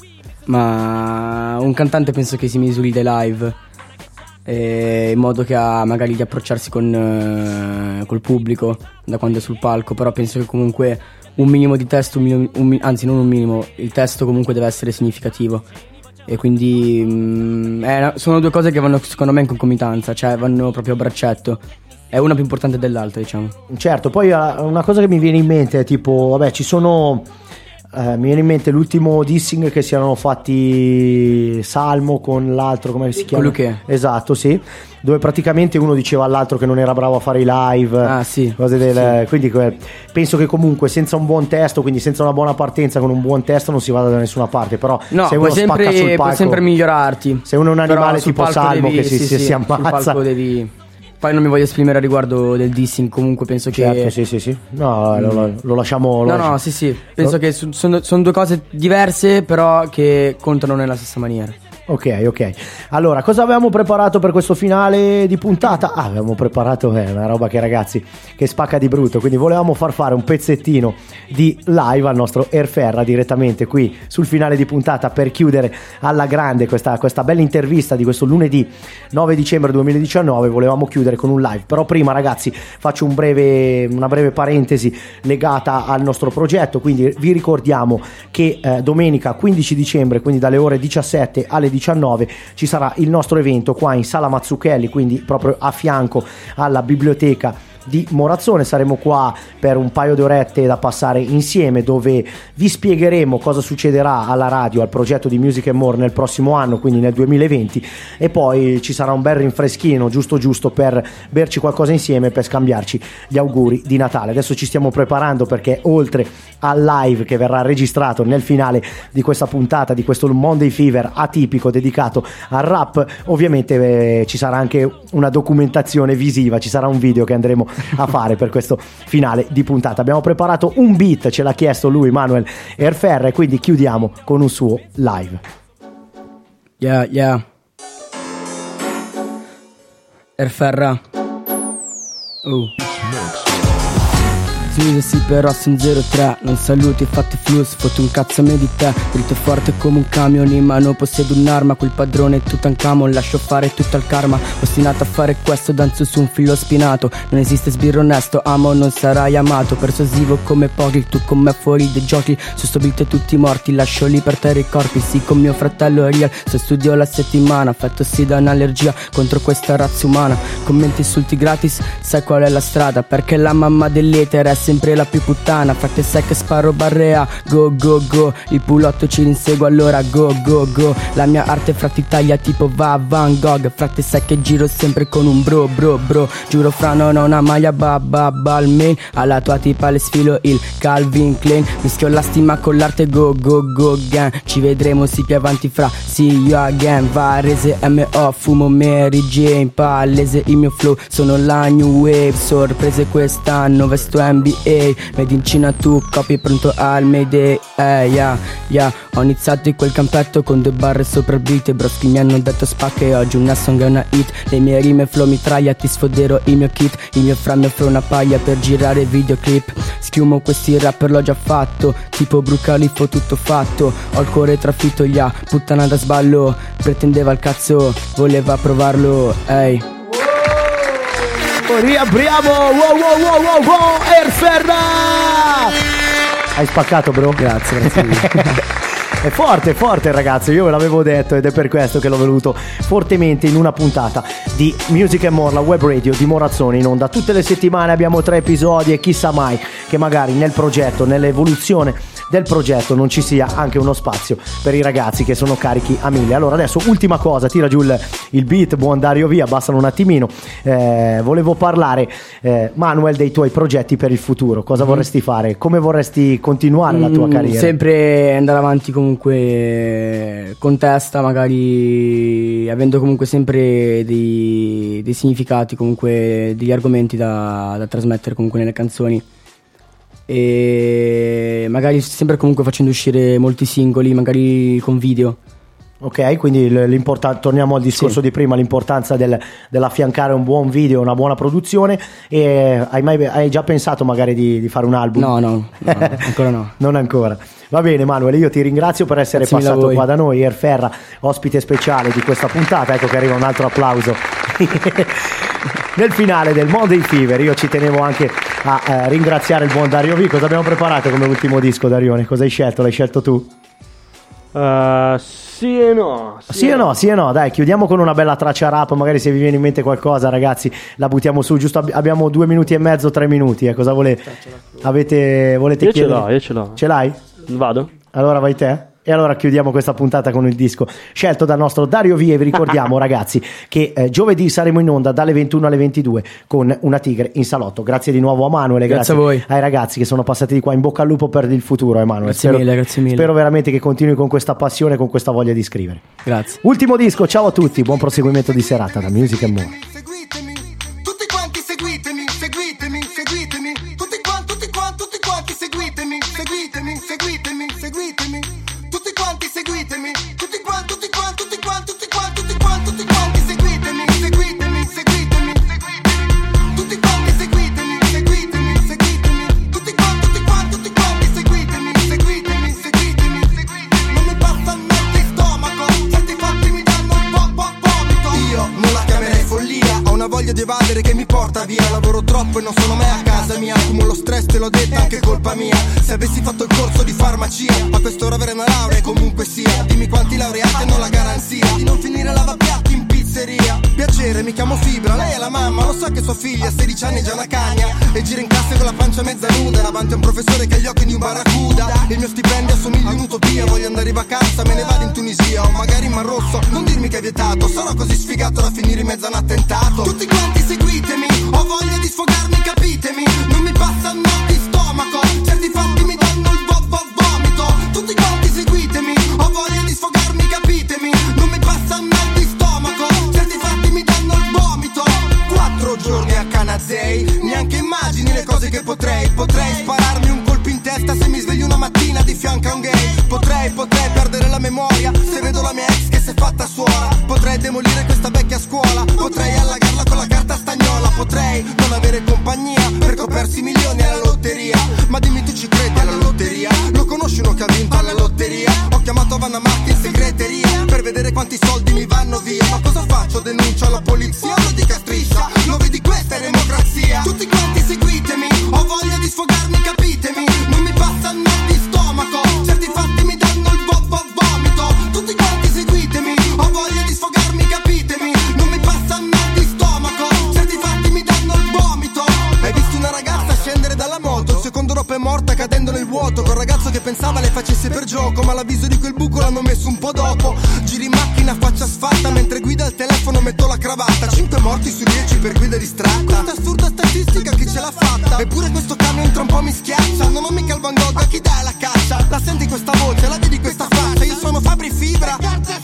Ma un cantante penso che si misuri dai live, eh, in modo che ha magari di approcciarsi con eh, col pubblico da quando è sul palco. Però penso che comunque un minimo di testo, un minimo, un, anzi non un minimo, il testo comunque deve essere significativo. E quindi mh, è, sono due cose che vanno secondo me in concomitanza, cioè vanno proprio a braccetto. È una più importante dell'altra, diciamo. Certo, poi una cosa che mi viene in mente è tipo, vabbè, ci sono... Uh, mi viene in mente l'ultimo dissing che si erano fatti Salmo con l'altro, come si chiama? Luché. Esatto, sì. Dove praticamente uno diceva all'altro che non era bravo a fare i live, ah, sì, cose del, sì. Quindi penso che comunque senza un buon testo, quindi senza una buona partenza con un buon testo non si vada da nessuna parte. Però no, se uno puoi sempre, spacca sul palco, puoi sempre migliorarti. Se uno è un animale tipo Salmo devi, che si, sì, si, sì, si ammazza, sul palco devi... Poi non mi voglio esprimere a riguardo del dissing, comunque penso certo, che... sì, sì, sì. No, mm. lo, lo lasciamo... Lo no, lasciamo. no, sì, sì. Penso lo... che sono son due cose diverse, però che contano nella stessa maniera. Ok, ok. Allora, cosa avevamo preparato per questo finale di puntata? Ah, avevamo preparato eh, una roba che, ragazzi, che spacca di brutto. Quindi volevamo far fare un pezzettino di live al nostro Erferra direttamente qui sul finale di puntata, per chiudere alla grande questa, questa bella intervista di questo lunedì nove dicembre duemiladiciannove. Volevamo chiudere con un live. Però prima, ragazzi, faccio un breve, una breve parentesi legata al nostro progetto. Quindi vi ricordiamo che eh, domenica quindici dicembre, quindi dalle ore diciassette alle diciannove, ci sarà il nostro evento qua in Sala Mazzucchelli, quindi proprio a fianco alla biblioteca di Morazzone. Saremo qua per un paio di orette da passare insieme, dove vi spiegheremo cosa succederà alla radio, al progetto di Music and More nel prossimo anno, quindi nel duemilaventi, e poi ci sarà un bel rinfreschino giusto giusto per berci qualcosa insieme, per scambiarci gli auguri di Natale. Adesso ci stiamo preparando perché oltre al live che verrà registrato nel finale di questa puntata, di questo Monday Fever atipico dedicato al rap, ovviamente eh, ci sarà anche una documentazione visiva, ci sarà un video che andremo a fare per questo finale di puntata. Abbiamo preparato un beat, ce l'ha chiesto lui, Manuel Erferra, e quindi chiudiamo con un suo live. Yeah, yeah. Erferra. Oh. Sì, sì, però sono zero tre. Non saluti, fatti flus, foto un cazzo a me di te. Dritto forte come un camion, in mano possiedo un'arma. Quel padrone è Tutankhamon, lascio fare tutto il karma. Ostinato a fare questo, danzo su un filo spinato. Non esiste sbirro onesto, amo non sarai amato. Persuasivo come pochi, tu con me fuori dei giochi. Su sto beat tutti morti, lascio lì per terra i corpi. Sì, con mio fratello Real, se studio la settimana. Affetto sì da un'allergia contro questa razza umana. Commenti, insulti gratis, sai qual è la strada. Perché la mamma dell'etere è sempre la più puttana. Frate sai che sparo barrea, go go go. Il pulotto ci rinsegue allora go go go. La mia arte frate Italia tipo va Van Gogh. Frate sai che giro sempre con un bro bro bro. Giuro fra non ho una maglia ba ba ba al main. Alla tua tipa le sfilo il Calvin Klein. Mischio la stima con l'arte go go go gang. Ci vedremo sì più avanti fra see you again. Varese M O fumo Mary Jane. Palese il mio flow sono la new wave. Sorprese quest'anno vesto N B A. Made in Cina tu copy pronto al Mayday. Eh yeah yeah. Ho iniziato in quel campetto con due barre sopra il beat. I broschi mi hanno detto spacca e oggi una song è una hit. Le mie rime flow mitraglia, ti sfodero il mio kit. Il mio fra mi offre una paglia per girare videoclip. Schiumo questi rapper l'ho già fatto. Tipo Brucalifo tutto fatto. Ho il cuore trafitto ya, puttana da sballo. Pretendeva il cazzo, voleva provarlo. Ehi hey. Riapriamo, wow wow wow wow wow, Erferra! Hai spaccato, bro? Grazie, grazie mille. È forte, forte ragazzi, io ve l'avevo detto ed è per questo che l'ho voluto fortemente in una puntata di Music and More, la web radio di Morazzone in onda. Tutte le settimane abbiamo tre episodi e chissà mai che magari nel progetto, nell'evoluzione del progetto non ci sia anche uno spazio per i ragazzi che sono carichi a mille. Allora adesso ultima cosa, tira giù il, il beat, buon Dario via, abbassalo un attimino. Eh, volevo parlare eh, Manuel dei tuoi progetti per il futuro, cosa mm. vorresti fare? Come vorresti continuare mm, la tua carriera? Sempre andare avanti comunque con testa, magari avendo comunque sempre dei, dei significati, comunque degli argomenti da, da trasmettere comunque nelle canzoni. E magari sempre comunque facendo uscire molti singoli, magari con video. Ok, quindi l'importan- torniamo al discorso sì. di prima, l'importanza del, dell'affiancare un buon video, una buona produzione. E hai, mai, hai già pensato magari di, di fare un album? No, no, no ancora no. Non ancora. Va bene Manuel, io ti ringrazio per essere Grazie passato qua da noi. Erferra, ospite speciale di questa puntata. Ecco che arriva un altro applauso nel finale del Monday Fever. Io ci tenevo anche a eh, ringraziare il buon Dario V. Cosa abbiamo preparato come ultimo disco, Darione? Cosa hai scelto? L'hai scelto tu? Uh, sì e no. Sì, sì e no, sì e no. Dai, chiudiamo con una bella traccia rap. Magari se vi viene in mente qualcosa, ragazzi, la buttiamo su. Giusto, ab- abbiamo due minuti e mezzo, tre minuti. Eh. Cosa volete? Avete, volete io chiedere? Ce l'ho, io ce l'ho. Ce l'hai? Vado. Allora vai te. E allora chiudiamo questa puntata con il disco scelto dal nostro Dario V. E vi ricordiamo ragazzi che eh, giovedì saremo in onda dalle ventuno alle ventidue con Una Tigre in salotto. Grazie di nuovo a Manuel, grazie, grazie a voi, ai ragazzi che sono passati di qua. In bocca al lupo per il futuro, Emanuele. Grazie spero, mille, grazie mille. Spero veramente che continui con questa passione, con questa voglia di scrivere. Grazie. Ultimo disco, ciao a tutti, buon proseguimento di serata da Music and More. Seguitemi, tutti quanti seguitemi, seguitemi, seguitemi, tutti quanti, tutti quanti, tutti quanti seguitemi, seguitemi, seguitemi, seguitemi. Tutti quanti seguitemi, tutti quanti, tutti quanti, tutti quanti, tutti quanti, tutti quanti, tutti quanti seguitemi, seguitemi, seguitemi, tutti quanti seguitemi, seguitemi, seguitemi, tutti quanti, tutti quanti, tutti quanti seguitemi, seguitemi, seguitemi, non mi passa niente in stomaco, certi fatti mi danno un po' po' vomito. Io non la chiamerei follia, ho una voglia di evadere che mi porta via, lavoro troppo e non sono mai a casa mia, accumulo stress, te l'ho detto, anche colpa mia. Se avessi fatto il corso di farmacia, a quest'ora avrei una laurea comunque sia. Dimmi quanti laureati hanno la garanzia di non finire lavapiatti in pizza all'osteria. Piacere, mi chiamo Fibra, lei è la mamma, lo sa che sua figlia a sedici anni è già una cagna e gira in classe con la pancia mezza nuda davanti a un professore che ha gli occhi di un barracuda. Il mio stipendio assomiglia a un'utopia, voglio andare in vacanza, me ne vado in Tunisia o magari in Mar Rosso. Non dirmi che è vietato, sarò così sfigato da finire in mezzo a un attentato. Tutti quanti seguitemi, ho voglia di sfogarmi, capitemi. Non mi passa il mal di stomaco, certi fatti mi danno il vo- vo- vomito. Tutti quanti seguitemi, ho voglia di sfogarmi, capitemi. Non mi passa il mal di stomaco, certi fatti mi danno il vomito. Quattro giorni a Canazei, neanche immagini le cose che potrei. Potrei spararmi un colpo in testa se mi sveglio una mattina di fianco a un gay. Potrei, potrei perdere la memoria se vedo la mia ex che si è fatta suora. Potrei demolire questa vecchia scuola, potrei allagarla con la carta stagnola. Potrei non avere compagnia per copersi milioni alla lotteria. Ma dimmi, tu ci credi alla lotteria? Lo conosci uno che ha vinto alla lotteria? Ho chiamato Vanna Marchi in segreteria per vedere quanti soldi mi vanno via. Ma cosa faccio? Denuncio alla polizia? Lo dica striscia, lo vedi, questa è democrazia. Tutti quanti seguitemi, ho voglia di sfogarmi, capitemi. Non mi passa il mal di stomaco, certi fatti mi danno il vo- vo- vomito. Tutti quanti seguitemi, ho voglia di sfogarmi, capitemi. Non mi passa il mal di stomaco, certi fatti mi danno il vomito. Hai visto una ragazza scendere dalla moto, il secondo dopo è morta cadendo nel vuoto. Col ragazzo che pensava le facesse per gioco, ma l'avviso di quel buco l'hanno messo un po' dopo. Giri in macchina faccia sfatta, mentre guida il telefono metto la cravatta. Cinque morti su dieci per guida distratta. Questa assurda statistica chi ce l'ha fatta? Eppure questo camion tra un po' mi schiaccia. Non ho mica il Van Gogh, a chi dai la caccia? La senti questa voce, la vedi questa faccia? Io sono Fabri Fibra,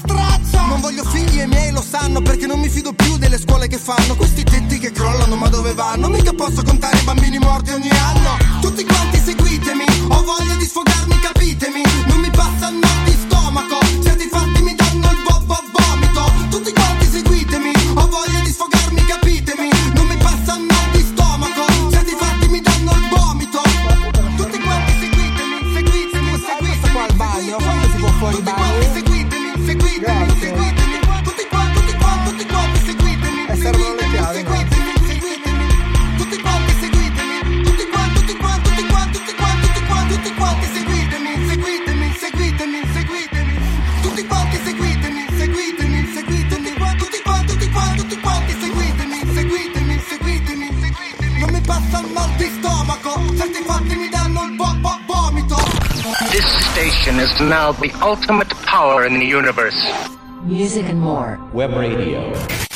non voglio figli e i miei lo sanno, perché non mi fido più delle scuole che fanno questi tetti che crollano, ma dove vanno? Mica posso contare i bambini morti ogni anno. Tutti quanti seguitemi, ho voglia di sfogarmi, capitemi. Non mi passa il mal di stomaco, certi fatti mi danno il vo- vo- vomito. Tutti quanti seguitemi, ho voglia di sfogarmi, capitemi. Non mi passa il mal di stomaco, certi fatti mi danno il vomito. Tutti quanti seguitemi, seguitemi, seguitemi qua al bagno, quando si può fuori il bagno? Tutti quanti seguitemi, seguitemi, seguitemi. Tutti quanti, tutti quanti, tutti quanti seguitemi, seguitemi, seguitemi, seguitemi. Tutti quanti seguitemi, tutti quanti, tutti quanti, tutti quanti, tutti quanti, tutti quanti, tutti quanti seguitemi, seguitemi, seguitemi, seguitemi. Tutti quanti seguitemi, seguitemi, seguitemi. Tutti quanti, tutti quanti, tutti quanti seguitemi, seguitemi, seguitemi, seguitemi. Non mi passa il mal di stomaco, certi fatti mi danno il vo- vo- vomito. This station is now the ultimate power in the universe. Music and more. Web Radio.